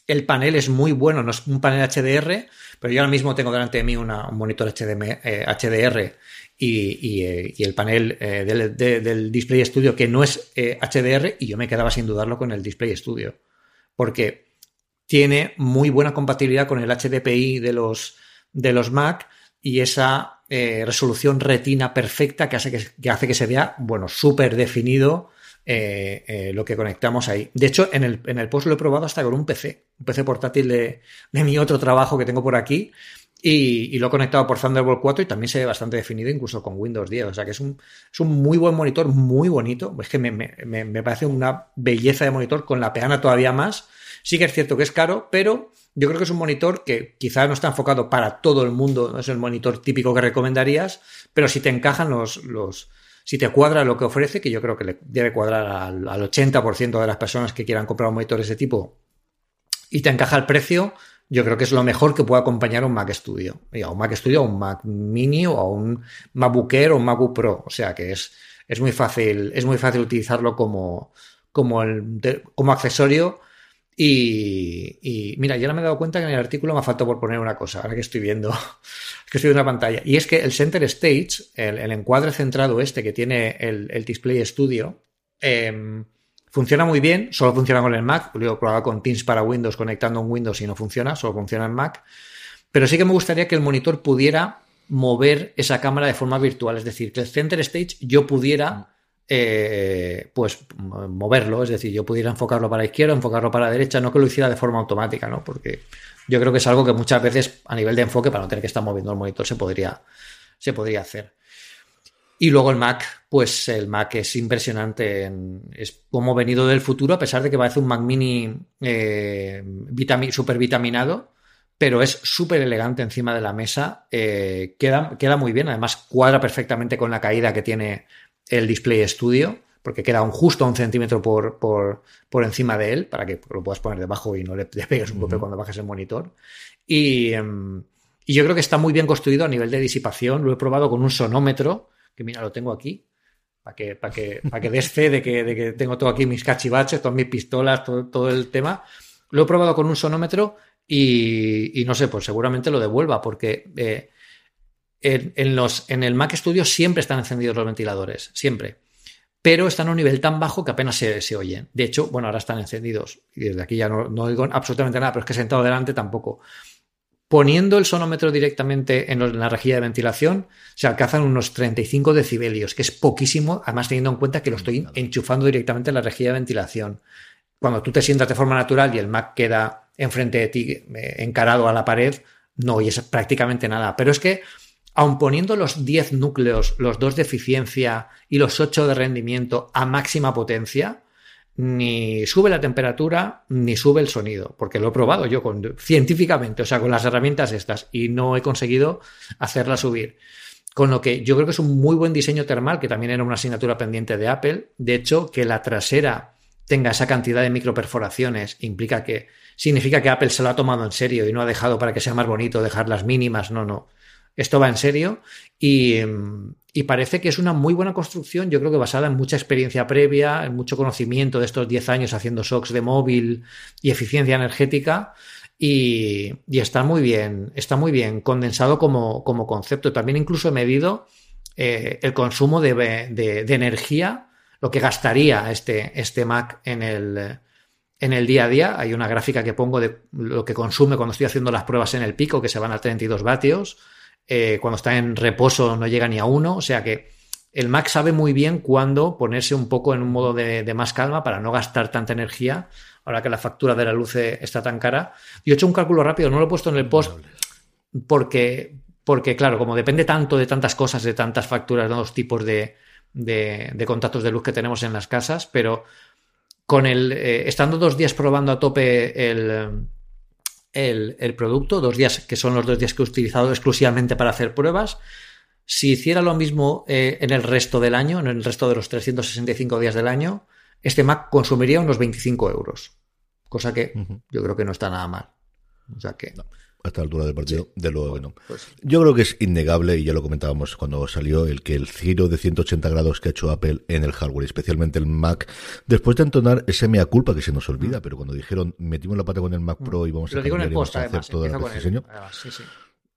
El panel es muy bueno, no es un panel H D R, pero yo ahora mismo tengo delante de mí una, un monitor H D M, eh, H D R y, y, eh, y el panel eh, del, de, del Display Studio que no es eh, H D R, y yo me quedaba sin dudarlo con el Display Studio, porque tiene muy buena compatibilidad con el H D P I de los, de los Mac y esa eh, resolución retina perfecta que hace que, que hace que se vea, bueno, súper definido. Eh, eh, lo que conectamos ahí. De hecho, en el, en el post lo he probado hasta con un P C, un P C portátil de, de mi otro trabajo que tengo por aquí, y, y lo he conectado por Thunderbolt cuatro y también se ve bastante definido incluso con Windows diez. O sea que es un, es un muy buen monitor, muy bonito. Es que me, me, me parece una belleza de monitor, con la peana todavía más. Sí que es cierto que es caro, pero yo creo que es un monitor que quizás no está enfocado para todo el mundo, no es el monitor típico que recomendarías, pero si te encajan los... los Si te cuadra lo que ofrece, que yo creo que le debe cuadrar al, al ochenta por ciento de las personas que quieran comprar un monitor de ese tipo, y te encaja el precio, yo creo que es lo mejor que puede acompañar a un Mac Studio. A un Mac Studio, a un Mac Mini o a un MacBook Air o un MacBook Pro. O sea que es, es muy fácil, es muy fácil utilizarlo como, como, el, de, como accesorio. Y, y mira, yo ahora me he dado cuenta que en el artículo me ha faltado por poner una cosa, ahora que estoy viendo, que estoy viendo la pantalla, y es que el Center Stage, el, el encuadre centrado este que tiene el, el Display Studio, eh, funciona muy bien, solo funciona con el Mac. Lo he probado con Teams para Windows, conectando un Windows y no funciona, solo funciona en Mac, pero sí que me gustaría que el monitor pudiera mover esa cámara de forma virtual, es decir, que el Center Stage yo pudiera... Eh, pues moverlo, es decir, yo pudiera enfocarlo para la izquierda, enfocarlo para la derecha, no que lo hiciera de forma automática, ¿no? Porque yo creo que es algo que muchas veces a nivel de enfoque, para no tener que estar moviendo el monitor, se podría, se podría hacer. Y luego el Mac, pues el Mac es impresionante, en, es como venido del futuro, a pesar de que parece un Mac Mini eh, vitami, super vitaminado, pero es súper elegante encima de la mesa, eh, queda, queda muy bien, además cuadra perfectamente con la caída que tiene el Display Studio, porque queda un justo un centímetro por, por, por encima de él, para que lo puedas poner debajo y no le, le pegues un golpe uh-huh. cuando bajes el monitor. Y, um, y yo creo que está muy bien construido a nivel de disipación. Lo he probado con un sonómetro, que mira, lo tengo aquí, para que, para que, para que des fe de que, de que tengo todo aquí, mis cachivaches, todas mis pistolas, todo, todo el tema. Lo he probado con un sonómetro y, y no sé, pues seguramente lo devuelva, porque... Eh, En, en, los, en el Mac Studio siempre están encendidos los ventiladores, siempre. Pero están a un nivel tan bajo que apenas se, se oyen. De hecho, bueno, ahora están encendidos. Y desde aquí ya no, no oigo absolutamente nada, pero es que sentado delante tampoco. Poniendo el sonómetro directamente en, los, en la rejilla de ventilación, se alcanzan unos treinta y cinco decibelios, que es poquísimo, además teniendo en cuenta que lo estoy enchufando directamente en la rejilla de ventilación. Cuando tú te sientas de forma natural y el Mac queda enfrente de ti, eh, encarado a la pared, no oyes prácticamente nada. Pero es que aun poniendo los diez núcleos, los dos de eficiencia y los ocho de rendimiento a máxima potencia, ni sube la temperatura ni sube el sonido, porque lo he probado yo con, científicamente, o sea, con las herramientas estas, y no he conseguido hacerla subir. Con lo que yo creo que es un muy buen diseño termal, que también era una asignatura pendiente de Apple. De hecho, que la trasera tenga esa cantidad de microperforaciones implica que, significa que Apple se lo ha tomado en serio y no ha dejado para que sea más bonito dejar las mínimas, no, no. Esto va en serio y, y parece que es una muy buena construcción, yo creo que basada en mucha experiencia previa, en mucho conocimiento de estos diez años haciendo shocks de móvil y eficiencia energética, y, y está muy bien, está muy bien condensado como, como concepto. También incluso he medido eh, el consumo de, de, de energía, lo que gastaría este, este Mac en el, en el día a día. Hay una gráfica que pongo de lo que consume cuando estoy haciendo las pruebas en el pico, que se van a treinta y dos vatios. Eh, cuando está en reposo no llega ni a uno, o sea que el Mac sabe muy bien cuándo ponerse un poco en un modo de, de más calma para no gastar tanta energía, ahora que la factura de la luz está tan cara. Yo he hecho un cálculo rápido, no lo he puesto en el post porque, porque claro, como depende tanto de tantas cosas, de tantas facturas, de los tipos de, de, de contactos de luz que tenemos en las casas, pero con el eh, estando dos días probando a tope el... El, el producto, dos días que son los dos días que he utilizado exclusivamente para hacer pruebas, si hiciera lo mismo eh, en el resto del año, en el resto de los trescientos sesenta y cinco días del año, este Mac consumiría unos veinticinco euros, cosa que uh-huh. yo creo que no está nada mal. O sea que... No. a esta altura del partido, sí. De luego bueno, que no. Pues... Yo creo que es innegable, y ya lo comentábamos cuando salió, el que el giro de ciento ochenta grados que ha hecho Apple en el hardware, especialmente el Mac, después de entonar ese mea culpa que se nos olvida, mm. pero cuando dijeron, metimos la pata con el Mac Pro y vamos lo a cambiar y vamos a hacer todo el diseño. Sí, sí.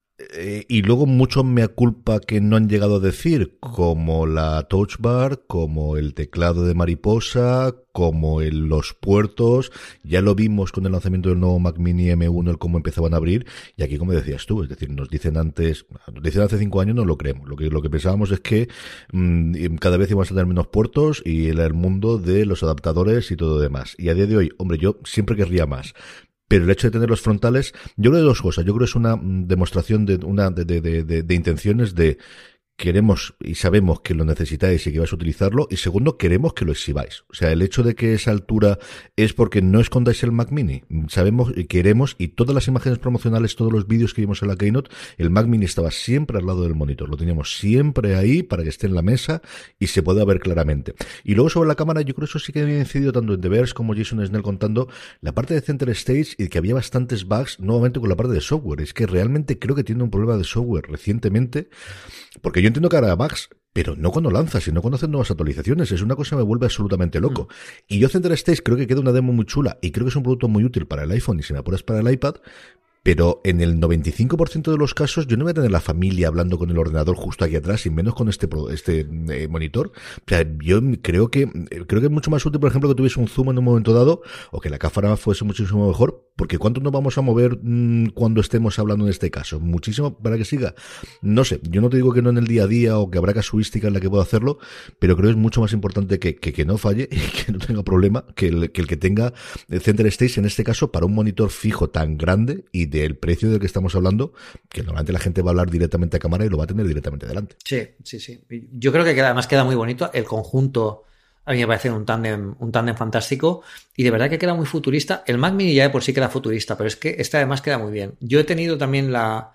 Eh, y luego mucho mea culpa que no han llegado a decir, como la Touch Bar, como el teclado de mariposa, como el, los puertos. Ya lo vimos con el lanzamiento del nuevo Mac Mini M uno, el cómo empezaban a abrir, y aquí como decías tú, es decir, nos dicen antes, nos dicen hace cinco años, no lo creemos. Lo que, lo que pensábamos es que mmm, cada vez íbamos a tener menos puertos y era el mundo de los adaptadores y todo lo demás. Y a día de hoy, hombre, yo siempre querría más. Pero el hecho de tener los frontales, yo creo de dos cosas. Yo creo que es una demostración de una de, de, de, de, de intenciones de queremos y sabemos que lo necesitáis y que vais a utilizarlo, y segundo, queremos que lo exhibáis. O sea, el hecho de que esa altura es porque no escondáis el Mac Mini. Sabemos y queremos, y todas las imágenes promocionales, todos los vídeos que vimos en la Keynote, el Mac Mini estaba siempre al lado del monitor. Lo teníamos siempre ahí para que esté en la mesa y se pueda ver claramente. Y luego sobre la cámara, yo creo que eso sí que había incidido tanto en The Verge como Jason Snell contando la parte de Center Stage, y que había bastantes bugs nuevamente con la parte de software. Es que realmente creo que tiene un problema de software recientemente, porque yo Yo entiendo que hará bugs, pero no cuando lanzas, sino cuando hacen nuevas actualizaciones. Es una cosa que me vuelve absolutamente loco. Mm. Y yo Center Stage creo que queda una demo muy chula, y creo que es un producto muy útil para el iPhone y si me apuras para el iPad, pero en el noventa y cinco por ciento de los casos yo no voy a tener la familia hablando con el ordenador justo aquí atrás, y menos con este este eh, monitor. O sea, yo creo que creo que es mucho más útil, por ejemplo, que tuviese un zoom en un momento dado, o que la cámara fuese muchísimo mejor, porque ¿cuánto nos vamos a mover mmm, cuando estemos hablando en este caso? Muchísimo para que siga. No sé, yo no te digo que no en el día a día o que habrá casuística en la que pueda hacerlo, pero creo que es mucho más importante que, que, que no falle y que no tenga problema que el, que el que tenga Center Stage, en este caso, para un monitor fijo tan grande y de el precio del que estamos hablando, que normalmente la gente va a hablar directamente a cámara y lo va a tener directamente delante. Sí, sí, sí. Yo creo que queda, además queda muy bonito. El conjunto a mí me parece un tándem, un tándem fantástico, y de verdad que queda muy futurista. El Mac Mini ya de por sí queda futurista, pero es que este además queda muy bien. Yo he tenido también la,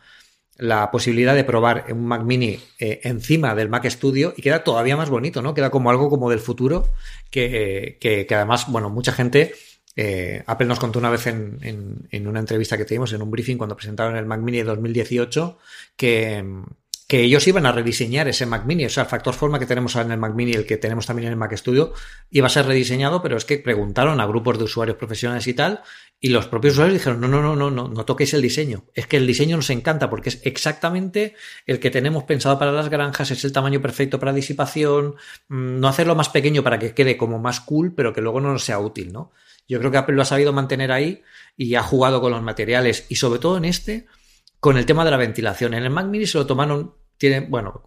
la posibilidad de probar un Mac Mini eh, encima del Mac Studio, y queda todavía más bonito, ¿no? Queda como algo como del futuro, que, que, que además, bueno, mucha gente... Eh, Apple nos contó una vez en, en, en una entrevista que tuvimos, en un briefing cuando presentaron el Mac Mini de dos mil dieciocho, que, que ellos iban a rediseñar ese Mac Mini. O sea, el factor forma que tenemos en el Mac Mini, el que tenemos también en el Mac Studio, iba a ser rediseñado, pero es que preguntaron a grupos de usuarios profesionales y tal, y los propios usuarios dijeron, no, no, no, no, no, no toquéis el diseño. Es que el diseño nos encanta porque es exactamente el que tenemos pensado para las granjas, es el tamaño perfecto para disipación, no hacerlo más pequeño para que quede como más cool, pero que luego no nos sea útil, ¿no? Yo creo que Apple lo ha sabido mantener ahí y ha jugado con los materiales, y sobre todo en este, con el tema de la ventilación. En el Mac Mini se lo tomaron, tiene, bueno,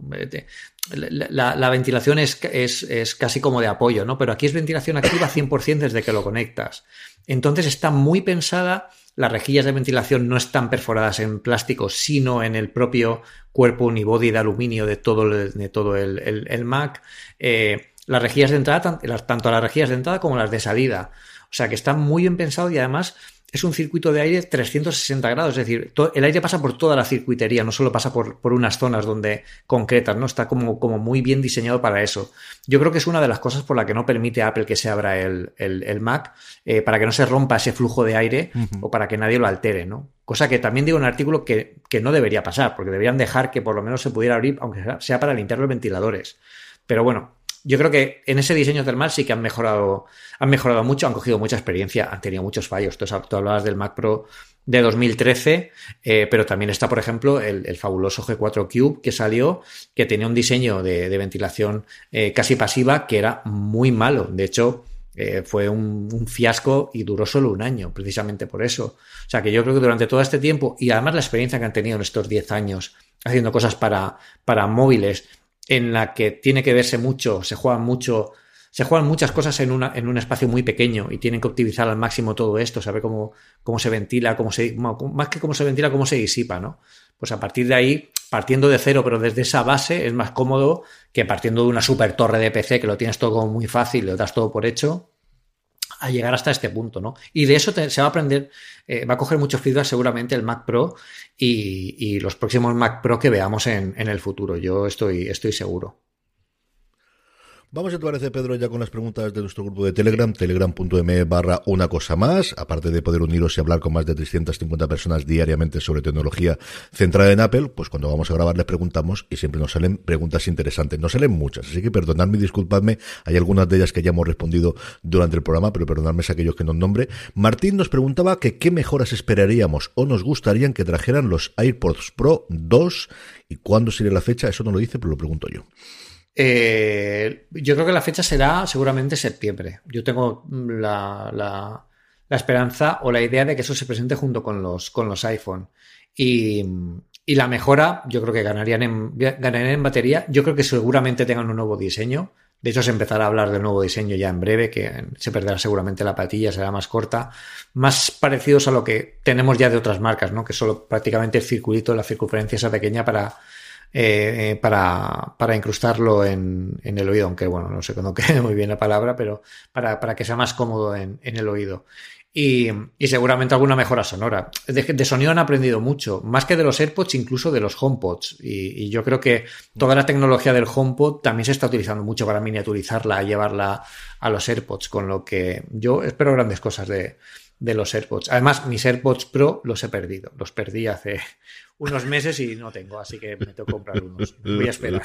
la, la, la ventilación es, es, es casi como de apoyo, ¿no? Pero aquí es ventilación activa cien por ciento desde que lo conectas. Entonces está muy pensada, las rejillas de ventilación no están perforadas en plástico, sino en el propio cuerpo unibody de aluminio de todo el, de todo el, el, el Mac. Eh, las rejillas de entrada, tanto las rejillas de entrada como las de salida. O sea, que está muy bien pensado, y además es un circuito de aire trescientos sesenta grados. Es decir, to- el aire pasa por toda la circuitería, no solo pasa por, por unas zonas donde concretas, ¿no? Está como, como muy bien diseñado para eso. Yo creo que es una de las cosas por la que no permite a Apple que se abra el, el, el Mac, eh, para que no se rompa ese flujo de aire, uh-huh. o para que nadie lo altere, ¿no? Cosa que también digo en el artículo que, que no debería pasar, porque deberían dejar que por lo menos se pudiera abrir, aunque sea para limpiar los ventiladores. Pero bueno, yo creo que en ese diseño thermal sí que han mejorado, han mejorado mucho, han cogido mucha experiencia, han tenido muchos fallos. Tú, tú hablabas del Mac Pro de dos mil trece, eh, pero también está, por ejemplo, el, el fabuloso G cuatro Cube que salió, que tenía un diseño de, de ventilación eh, casi pasiva que era muy malo. De hecho, eh, fue un, un fiasco y duró solo un año, precisamente por eso. O sea, que yo creo que durante todo este tiempo, y además la experiencia que han tenido en estos diez años haciendo cosas para, para móviles, en la que tiene que verse mucho, se juegan mucho, se juegan muchas cosas en una, en un espacio muy pequeño, y tienen que optimizar al máximo todo esto, saber cómo, cómo se ventila, cómo se, más que cómo se ventila, cómo se disipa, ¿no? Pues a partir de ahí, partiendo de cero, pero desde esa base, es más cómodo que partiendo de una super torre de P C, que lo tienes todo como muy fácil, lo das todo por hecho, a llegar hasta este punto, ¿no? Y de eso te, se va a aprender, eh, va a coger mucho feedback seguramente el Mac Pro y, y los próximos Mac Pro que veamos en, en el futuro. Yo estoy, estoy seguro. Vamos, si te parece, Pedro, ya con las preguntas de nuestro grupo de Telegram, telegram.me barra una cosa más, aparte de poder uniros y hablar con más de trescientas cincuenta personas diariamente sobre tecnología centrada en Apple, pues cuando vamos a grabar les preguntamos y siempre nos salen preguntas interesantes. Nos salen muchas, así que perdonadme y disculpadme, hay algunas de ellas que ya hemos respondido durante el programa, pero perdonadme a aquellos que nos nombre. Martín nos preguntaba que qué mejoras esperaríamos o nos gustarían que trajeran los AirPods Pro dos y cuándo sería la fecha. Eso no lo dice, pero lo pregunto yo. Eh, yo creo que la fecha será seguramente septiembre. Yo tengo la, la, la esperanza o la idea de que eso se presente junto con los, con los iPhone. Y, y la mejora, yo creo que ganarían en, ganarían en batería. Yo creo que seguramente tengan un nuevo diseño. De hecho, se empezará a hablar del nuevo diseño ya en breve, que se perderá seguramente la patilla, será más corta. Más parecidos a lo que tenemos ya de otras marcas, ¿no? Que solo prácticamente el circulito, la circunferencia esa pequeña para... Eh, para, para incrustarlo en, en el oído, aunque bueno, no sé cuándo quede muy bien la palabra, pero para, para que sea más cómodo en, en el oído. Y, y seguramente alguna mejora sonora. De, de sonido han aprendido mucho, más que de los AirPods, incluso de los HomePods. Y, y yo creo que toda la tecnología del HomePod también se está utilizando mucho para miniaturizarla, llevarla a los AirPods, con lo que yo espero grandes cosas de, de los AirPods. Además, mis AirPods Pro los he perdido. Los perdí hace unos meses y no tengo, así que me tengo que comprar unos. Voy a esperar.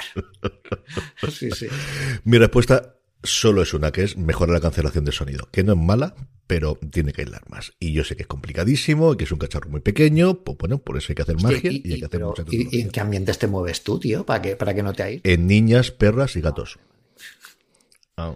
Sí, sí. Mi respuesta solo es una, que es mejorar la cancelación de sonido, que no es mala, pero tiene que aislar más. Y yo sé que es complicadísimo, que es un cacharro muy pequeño, pues bueno, por eso hay que hacer magia y, y, y hay que hacer mucha tecnología. ¿Y en qué ambientes te mueves tú, tío? ¿Para que, para que no te aísles? En niñas, perras y gatos. Ah.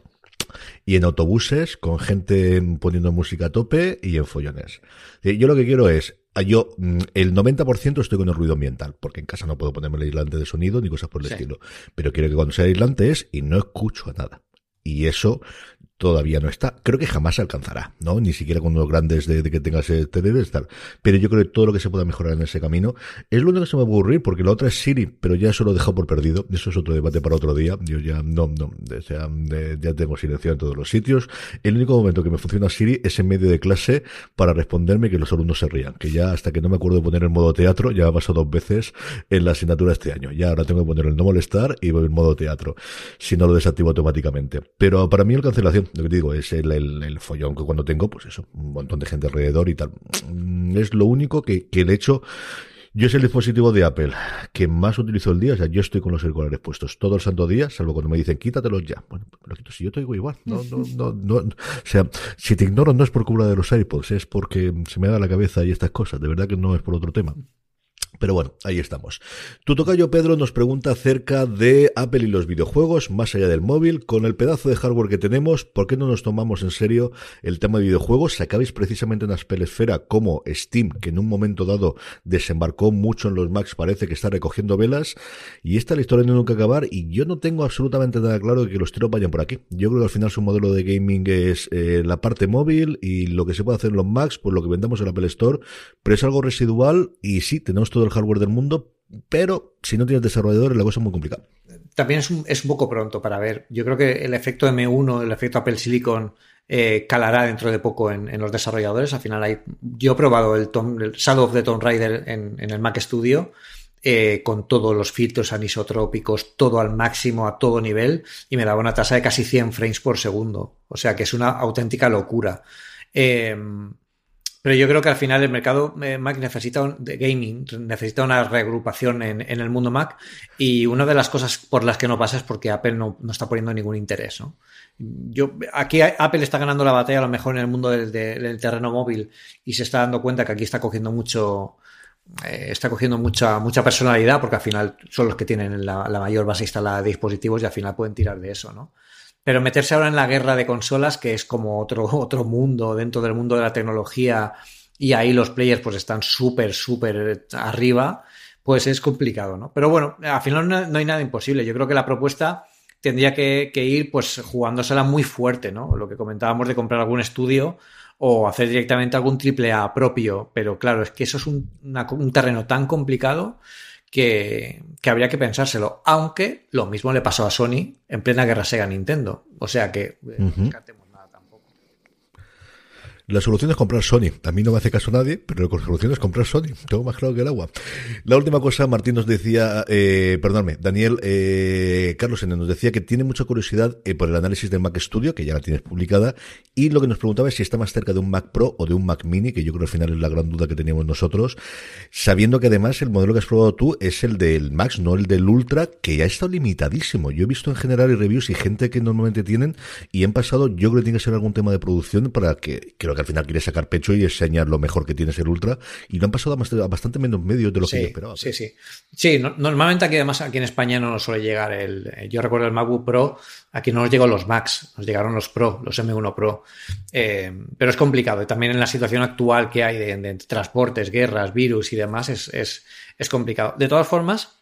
Y en autobuses, con gente poniendo música a tope y en follones. Yo lo que quiero es, yo el noventa por ciento estoy con el ruido ambiental, porque en casa no puedo ponerme el aislante de sonido ni cosas por el sí. estilo. Pero quiero que cuando sea aislante es y no escucho a nada. Y eso todavía no está. Creo que jamás se alcanzará, ¿no? Ni siquiera con los grandes de, de que tengas este debe tal. Pero yo creo que todo lo que se pueda mejorar en ese camino es lo único que se me va a ocurrir, porque la otra es Siri, pero ya eso lo he dejado por perdido. Eso es otro debate para otro día. Yo ya no, no, o sea, ya tengo silenciado en todos los sitios. El único momento que me funciona Siri es en medio de clase para responderme que los alumnos se rían. Que ya hasta que no me acuerdo de poner el modo teatro, ya me ha pasado dos veces en la asignatura este año. Ya ahora tengo que poner el no molestar y el modo teatro. Si no lo desactivo automáticamente. Pero para mí la cancelación, lo que te digo, es el, el, el follón que cuando tengo, pues eso, un montón de gente alrededor y tal. Es lo único que, que el hecho, yo es el dispositivo de Apple que más utilizo el día, o sea, yo estoy con los auriculares puestos todo el santo día, salvo cuando me dicen quítatelos ya. Bueno, pues lo quito, si yo te digo igual, no, no, no, no, o sea, si te ignoro no es por culpa de los AirPods, es porque se me da la cabeza y estas cosas, de verdad que no es por otro tema. Pero bueno, ahí estamos. Tu tocayo Pedro nos pregunta acerca de Apple y los videojuegos, más allá del móvil, con el pedazo de hardware que tenemos, ¿por qué no nos tomamos en serio el tema de videojuegos? Sacabais precisamente una esfera como Steam, que en un momento dado desembarcó mucho en los Macs, parece que está recogiendo velas, y esta es la historia de nunca acabar, y yo no tengo absolutamente nada claro de que los tiros vayan por aquí. Yo creo que al final su modelo de gaming es eh, la parte móvil, y lo que se puede hacer en los Macs, pues lo que vendamos en la Apple Store, pero es algo residual, y sí, tenemos todo el hardware del mundo, pero si no tienes desarrolladores la cosa es muy complicada. También es un, es un poco pronto para ver. Yo creo que el efecto eme uno, el efecto Apple Silicon eh, calará dentro de poco en, en los desarrolladores. Al final hay, yo he probado el, Tom, el Shadow of the Tomb Raider en, en el Mac Studio eh, con todos los filtros anisotrópicos, todo al máximo, a todo nivel, y me daba una tasa de casi cien frames por segundo. O sea que es una auténtica locura. Eh, Pero yo creo que al final el mercado eh, Mac necesita un, de gaming, necesita una reagrupación en, en el mundo Mac, y una de las cosas por las que no pasa es porque Apple no, no está poniendo ningún interés, ¿no? Yo, aquí Apple está ganando la batalla a lo mejor en el mundo del, del terreno móvil y se está dando cuenta que aquí está cogiendo mucho, eh, está cogiendo mucha, mucha personalidad, porque al final son los que tienen la, la mayor base instalada de dispositivos y al final pueden tirar de eso, ¿no? Pero meterse ahora en la guerra de consolas, que es como otro, otro mundo dentro del mundo de la tecnología, y ahí los players pues están súper, súper arriba, pues es complicado, ¿no? Pero bueno, al final no, no hay nada imposible. Yo creo que la propuesta tendría que, que ir pues jugándosela muy fuerte, ¿no? Lo que comentábamos de comprar algún estudio o hacer directamente algún triple A propio. Pero claro, es que eso es un, una, un terreno tan complicado Que, que habría que pensárselo, aunque lo mismo le pasó a Sony en plena guerra Sega-Nintendo, o sea que eh, no descartemos nada tampoco. La solución es comprar Sony. A mí no me hace caso nadie, pero la solución es comprar Sony. Tengo más claro que el agua. La última cosa, Martín nos decía, eh, perdóname, Daniel, eh, Carlos N. nos decía que tiene mucha curiosidad eh, por el análisis del Mac Studio, que ya la tienes publicada, y lo que nos preguntaba es si está más cerca de un Mac Pro o de un Mac Mini, que yo creo que al final es la gran duda que teníamos nosotros, sabiendo que además el modelo que has probado tú es el del Max, no el del Ultra, que ya está limitadísimo. Yo he visto en general y reviews y gente que normalmente tienen, y han pasado, yo creo que tiene que ser algún tema de producción para que, creo que al final quiere sacar pecho y enseñar lo mejor que tienes el Ultra, y lo han pasado a bastante menos medios de lo sí, que yo esperaba. Sí, sí. Sí, no, normalmente aquí además aquí en España no nos suele llegar el... Yo recuerdo el MacBook Pro, aquí no nos llegó los Macs, nos llegaron los Pro, los eme uno Pro. Eh, pero es complicado. Y también en la situación actual que hay de, de transportes, guerras, virus y demás, es, es, es complicado. De todas formas,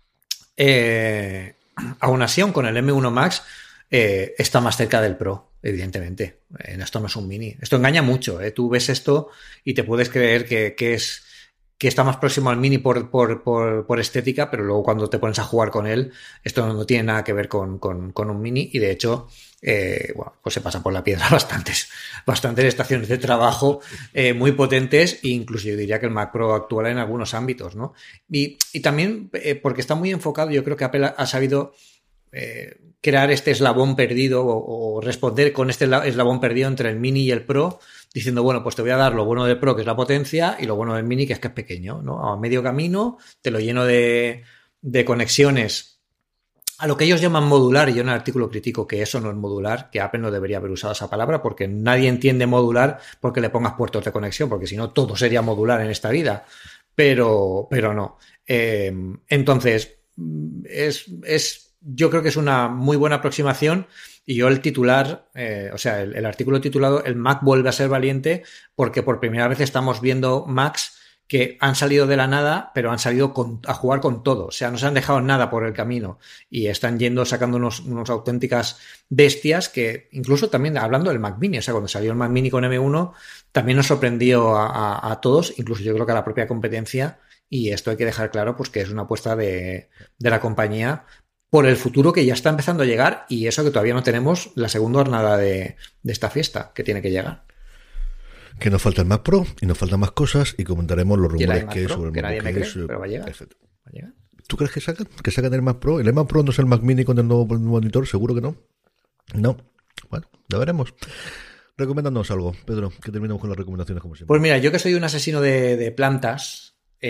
eh, aún así, aún con el eme uno Max, eh, está más cerca del Pro. Evidentemente, esto no es un mini. Esto engaña mucho, ¿eh? Tú ves esto y te puedes creer que, que es que está más próximo al mini por, por, por, por estética, pero luego cuando te pones a jugar con él, esto no, no tiene nada que ver con, con, con un mini, y de hecho, eh, bueno, pues se pasa por la piedra bastantes, bastantes estaciones de trabajo eh, muy potentes, e incluso yo diría que el Mac Pro actual en algunos ámbitos, ¿no? Y, y también eh, porque está muy enfocado, yo creo que Apple ha sabido Eh, crear este eslabón perdido o, o responder con este eslabón perdido entre el Mini y el Pro, diciendo, bueno, pues te voy a dar lo bueno del Pro, que es la potencia, y lo bueno del Mini, que es que es pequeño, ¿no? A medio camino te lo lleno de, de conexiones a lo que ellos llaman modular, y yo en el artículo critico que eso no es modular, que Apple no debería haber usado esa palabra, porque nadie entiende modular porque le pongas puertos de conexión, porque si no todo sería modular en esta vida, pero, pero no. Eh, entonces, es... es yo creo que es una muy buena aproximación, y yo el titular, eh, o sea, el, el artículo titulado "El Mac vuelve a ser valiente", porque por primera vez estamos viendo Macs que han salido de la nada, pero han salido con, a jugar con todo. O sea, no se han dejado nada por el camino y están yendo, sacando unos, unos auténticas bestias que, incluso también hablando del Mac Mini, o sea, cuando salió el Mac Mini con eme uno, también nos sorprendió a, a, a todos, incluso yo creo que a la propia competencia, y esto hay que dejar claro, pues que es una apuesta de, de la compañía por el futuro que ya está empezando a llegar, y eso que todavía no tenemos la segunda jornada de, de esta fiesta que tiene que llegar. Que nos falta el Mac Pro y nos faltan más cosas, y comentaremos los rumores que hay sobre el que nadie me cree, es, pero va a llegar. Va a llegar. ¿Tú crees que sacan? ¿Que sacan el Mac Pro? ¿El Mac Pro no es el Mac Mini con el nuevo monitor? Seguro que no. No. Bueno, ya veremos. Recomiéndanos algo, Pedro, que terminamos con las recomendaciones como siempre. Pues mira, yo que soy un asesino de, de plantas,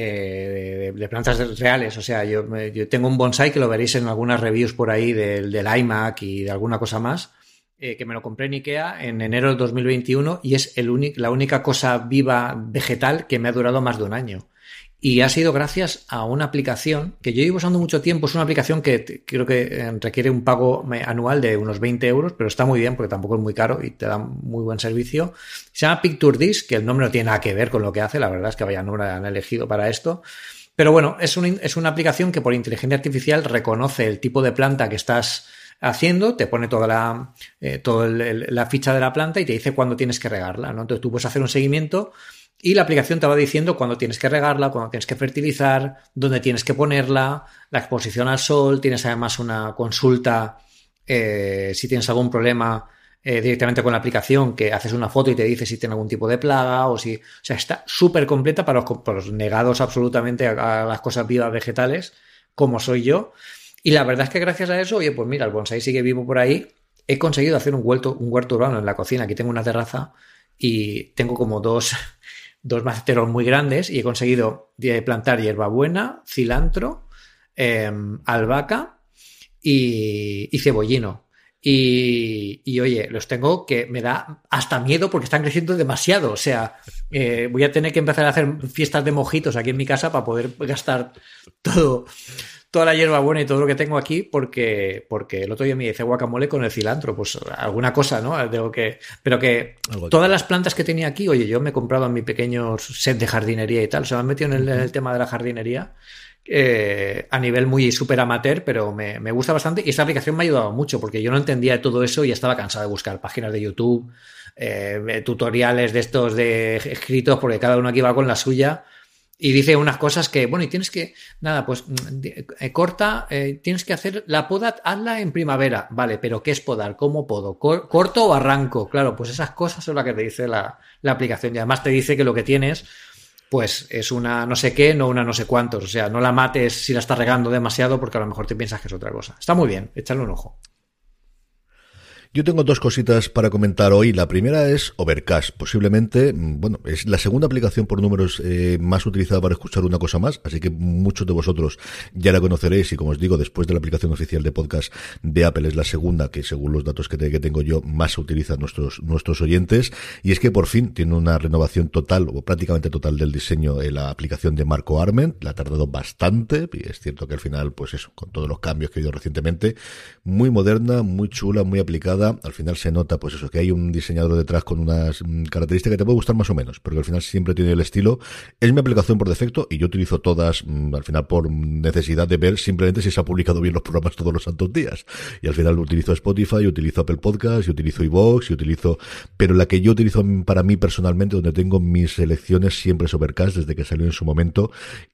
Eh, de, de plantas reales, o sea, yo, yo tengo un bonsai que lo veréis en algunas reviews por ahí del, del iMac y de alguna cosa más, eh, que me lo compré en Ikea en enero del dos mil veintiuno, y es el único, la única cosa viva vegetal que me ha durado más de un año. Y ha sido gracias a una aplicación que yo llevo usando mucho tiempo. Es una aplicación que te, creo que requiere un pago anual de unos veinte euros, pero está muy bien porque tampoco es muy caro y te da muy buen servicio. Se llama PictureDisc, que el nombre no tiene nada que ver con lo que hace. La verdad es que vaya nombre han elegido para esto. Pero bueno, es, un, es una aplicación que por inteligencia artificial reconoce el tipo de planta que estás haciendo, te pone toda la, eh, toda el, el, la ficha de la planta y te dice cuándo tienes que regarla, ¿no? Entonces tú puedes hacer un seguimiento y la aplicación te va diciendo cuándo tienes que regarla, cuándo tienes que fertilizar, dónde tienes que ponerla, la exposición al sol. Tienes además una consulta eh, si tienes algún problema eh, directamente con la aplicación, que haces una foto y te dice si tiene algún tipo de plaga o si... O sea, está súper completa para los, para los negados absolutamente a, a las cosas vivas vegetales, como soy yo. Y la verdad es que gracias a eso, oye, pues mira, el bonsai sigue vivo por ahí. He conseguido hacer un huerto, un huerto urbano en la cocina. Aquí tengo una terraza y tengo como dos... dos maceteros muy grandes y he conseguido plantar hierbabuena, cilantro, eh, albahaca y, y cebollino. Y, y oye, los tengo que me da hasta miedo porque están creciendo demasiado. O sea, eh, voy a tener que empezar a hacer fiestas de mojitos aquí en mi casa para poder gastar todo... toda la hierbabuena y todo lo que tengo aquí, porque, porque el otro día me hice guacamole con el cilantro, pues alguna cosa, ¿no? Tengo que, pero que todas las plantas que tenía aquí, oye, yo me he comprado en mi pequeño set de jardinería y tal, o sea, me he metido en el, en el tema de la jardinería eh, a nivel muy súper amateur, pero me, me gusta bastante y esta aplicación me ha ayudado mucho, porque yo no entendía todo eso y estaba cansado de buscar páginas de YouTube, eh, tutoriales de estos de escritos, porque cada uno aquí va con la suya. Y dice unas cosas que, bueno, y tienes que, nada, pues eh, corta, eh, tienes que hacer la poda, hazla en primavera. Vale, pero ¿qué es podar? ¿Cómo podo? ¿Cor- ¿Corto o arranco? Claro, pues esas cosas son las que te dice la, la aplicación. Y además te dice que lo que tienes, pues es una no sé qué, no una no sé cuántos. O sea, no la mates si la estás regando demasiado porque a lo mejor te piensas que es otra cosa. Está muy bien, échale un ojo. Yo tengo dos cositas para comentar hoy. La primera es Overcast. Posiblemente, bueno, es la segunda aplicación por números eh, más utilizada para escuchar una cosa más, así que muchos de vosotros ya la conoceréis y, como os digo, después de la aplicación oficial de podcast de Apple es la segunda que, según los datos que, te, que tengo yo, más se utilizan nuestros, nuestros oyentes. Y es que por fin tiene una renovación total o prácticamente total del diseño en la aplicación de Marco Arment. La ha tardado bastante y es cierto que al final, pues eso, con todos los cambios que ha habido recientemente, muy moderna, muy chula, muy aplicada. Al final se nota, pues eso, que hay un diseñador detrás con unas características que te puede gustar más o menos, porque al final siempre tiene el estilo. Es mi aplicación por defecto y yo utilizo todas, al final por necesidad de ver simplemente si se ha publicado bien los programas todos los santos días. Y al final utilizo Spotify, utilizo Apple Podcasts, y utilizo iVoox, y utilizo, pero la que yo utilizo para mí personalmente, donde tengo mis selecciones, siempre es Overcast, desde que salió en su momento,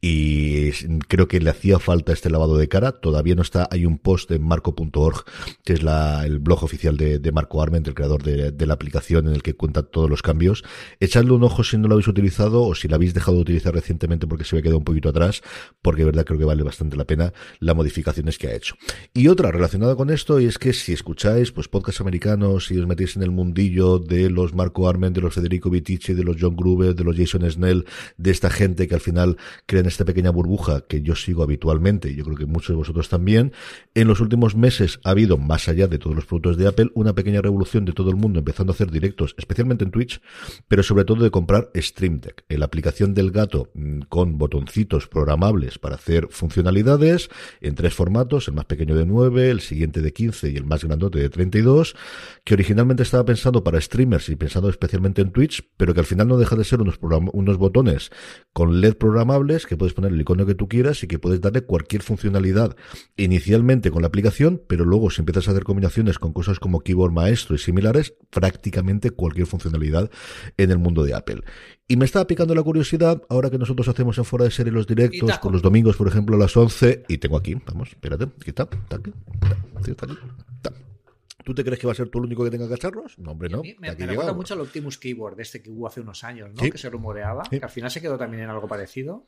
y creo que le hacía falta este lavado de cara. Todavía no está, hay un post en marco punto org, que es la, el blog oficial de, de Marco Arment, el creador de, de la aplicación, en el que cuenta todos los cambios. Echadle un ojo si no lo habéis utilizado o si la habéis dejado de utilizar recientemente porque se había quedado un poquito atrás, porque de verdad creo que vale bastante la pena las modificaciones que ha hecho. Y otra relacionada con esto, y es que si escucháis pues podcasts americanos, si os metéis en el mundillo de los Marco Arment, de los Federico Vitici, de los John Gruber, de los Jason Snell, de esta gente que al final crean esta pequeña burbuja que yo sigo habitualmente, y yo creo que muchos de vosotros también, en los últimos meses ha habido, más allá de todos los productos de Apple, una pequeña revolución de todo el mundo empezando a hacer directos, especialmente en Twitch, pero sobre todo de comprar Stream Deck, la aplicación del gato con botoncitos programables para hacer funcionalidades en tres formatos, el más pequeño de nueve, el siguiente de quince y el más grandote de treinta y dos, que originalmente estaba pensado para streamers y pensado especialmente en Twitch, pero que al final no deja de ser unos, unos botones con L E D programables que puedes poner el icono que tú quieras y que puedes darle cualquier funcionalidad inicialmente con la aplicación, pero luego si empiezas a hacer combinaciones con cosas como Keyboard Maestro y similares, prácticamente cualquier funcionalidad en el mundo de Apple. Y me estaba picando la curiosidad, ahora que nosotros hacemos en Fuera de Serie los directos, con los domingos, por ejemplo, a las once, y tengo aquí, vamos, espérate, aquí está, está aquí, está aquí, está. ¿Tú te crees que va a ser tú el único que tenga cacharros? No, hombre, no. Me, me recuerda mucho al Optimus Keyboard, de este que hubo hace unos años, ¿no? Sí. Que se rumoreaba, sí. Que al final se quedó también en algo parecido.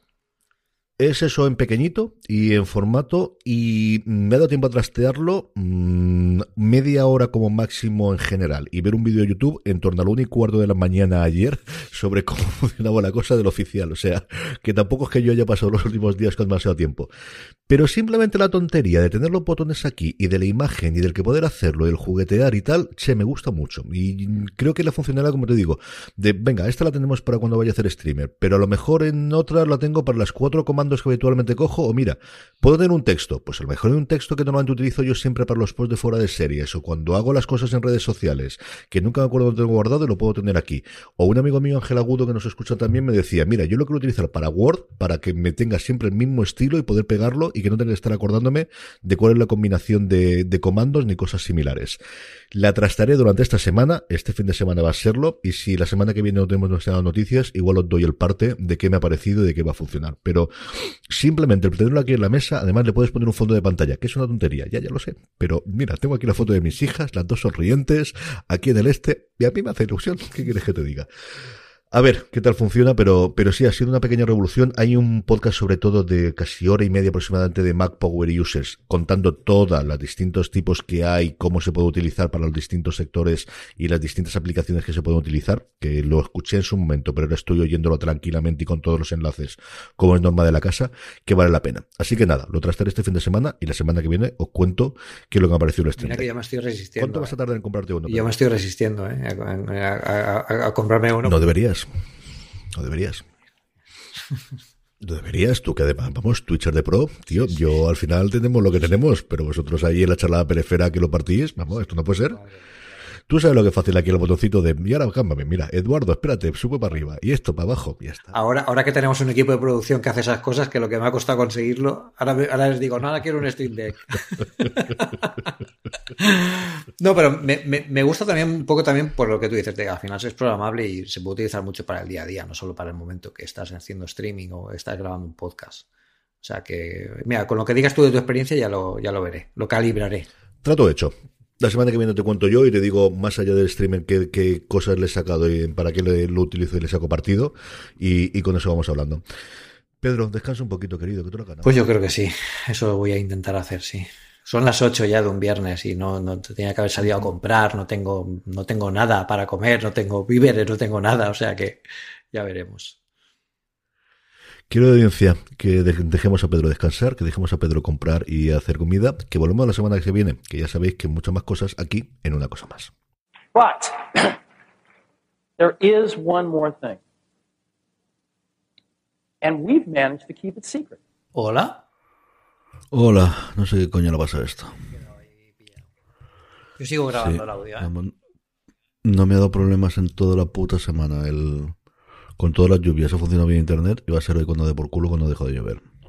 Es eso en pequeñito y en formato, y me ha dado tiempo a trastearlo mmm, media hora como máximo en general y ver un vídeo de YouTube en torno a la una y cuarto de la mañana ayer sobre cómo funcionaba la cosa del oficial. O sea, que tampoco es que yo haya pasado los últimos días con demasiado tiempo, pero simplemente la tontería de tener los botones aquí y de la imagen y del que poder hacerlo, el juguetear y tal, che, me gusta mucho. Y creo que la funcionalidad, como te digo, de venga, esta la tenemos para cuando vaya a hacer streamer, pero a lo mejor en otra la tengo para las cuatro comandos que habitualmente cojo, o mira, puedo tener un texto, pues a lo mejor hay un texto que normalmente utilizo yo siempre para los posts de Fuera de Series, o cuando hago las cosas en redes sociales, que nunca me acuerdo dónde tengo guardado y lo puedo tener aquí. O un amigo mío, Ángel Agudo, que nos escucha también, me decía, mira, yo lo quiero utilizar para Word, para que me tenga siempre el mismo estilo y poder pegarlo y que no tenga que estar acordándome de cuál es la combinación de, de comandos ni cosas similares. La trastaré durante esta semana, este fin de semana va a serlo, y si la semana que viene no tenemos nuestras noticias, igual os doy el parte de qué me ha parecido y de qué va a funcionar. Pero simplemente el tenerlo aquí en la mesa, además le puedes poner un fondo de pantalla, que es una tontería, ya ya lo sé, pero mira, tengo aquí la foto de mis hijas, las dos sonrientes, aquí en el este, y a mí me hace ilusión. ¿Qué quieres que te diga? A ver qué tal funciona, pero pero sí, ha sido una pequeña revolución. Hay un podcast sobre todo de casi hora y media aproximadamente de Mac Power Users, contando todos los distintos tipos que hay, cómo se puede utilizar para los distintos sectores y las distintas aplicaciones que se pueden utilizar, que lo escuché en su momento, pero ahora estoy oyéndolo tranquilamente y con todos los enlaces, como es norma de la casa, que vale la pena. Así que nada, lo trastaré este fin de semana y la semana que viene os cuento qué es lo que me ha parecido el stream. Mira que yo me estoy resistiendo. ¿Cuánto vas a tardar en comprarte uno? Yo me estoy resistiendo, ¿eh? A, a, a, a comprarme uno. No deberías. No deberías. No deberías, tú que además, vamos, Twitcher de pro, tío, yo al final tenemos lo que tenemos, pero vosotros ahí en la charla perifera que lo partís, vamos, esto no puede ser. Tú sabes lo que es fácil aquí el botoncito de, y ahora cámbiame, mira, Eduardo, espérate, sube para arriba, y esto para abajo, y ya está. Ahora, ahora que tenemos un equipo de producción que hace esas cosas, que lo que me ha costado conseguirlo, ahora, ahora les digo, nada, quiero un Stream Deck. No, pero me, me, me gusta también un poco también por lo que tú dices, de que al final es programable y se puede utilizar mucho para el día a día, no solo para el momento que estás haciendo streaming o estás grabando un podcast. O sea que, mira, con lo que digas tú de tu experiencia ya lo, ya lo veré, lo calibraré. Trato hecho. La semana que viene te cuento yo y te digo, más allá del streamer, qué, qué cosas le he sacado y para qué le, lo utilizo y le saco partido. Y, y con eso vamos hablando. Pedro, descansa un poquito, querido, que tú no ganas. Pues yo creo que sí. Eso voy a intentar hacer, sí. Son las ocho ya de un viernes y no, no tenía que haber salido a comprar. No tengo, no tengo nada para comer, no tengo víveres, no tengo nada. O sea que ya veremos. Quiero de audiencia que dejemos a Pedro descansar, que dejemos a Pedro comprar y hacer comida, que volvemos la semana que viene, que ya sabéis que muchas más cosas aquí en Una Cosa Más. But there is one more thing. And we've managed to keep it secret. ¿Hola? Hola, no sé qué coño le pasa a esto. Yo sigo grabando sí, el audio, ¿eh? No me ha dado problemas en toda la puta semana el... Con todas las lluvias ha funcionado bien internet y va a ser hoy cuando dé por culo cuando dejo de llover.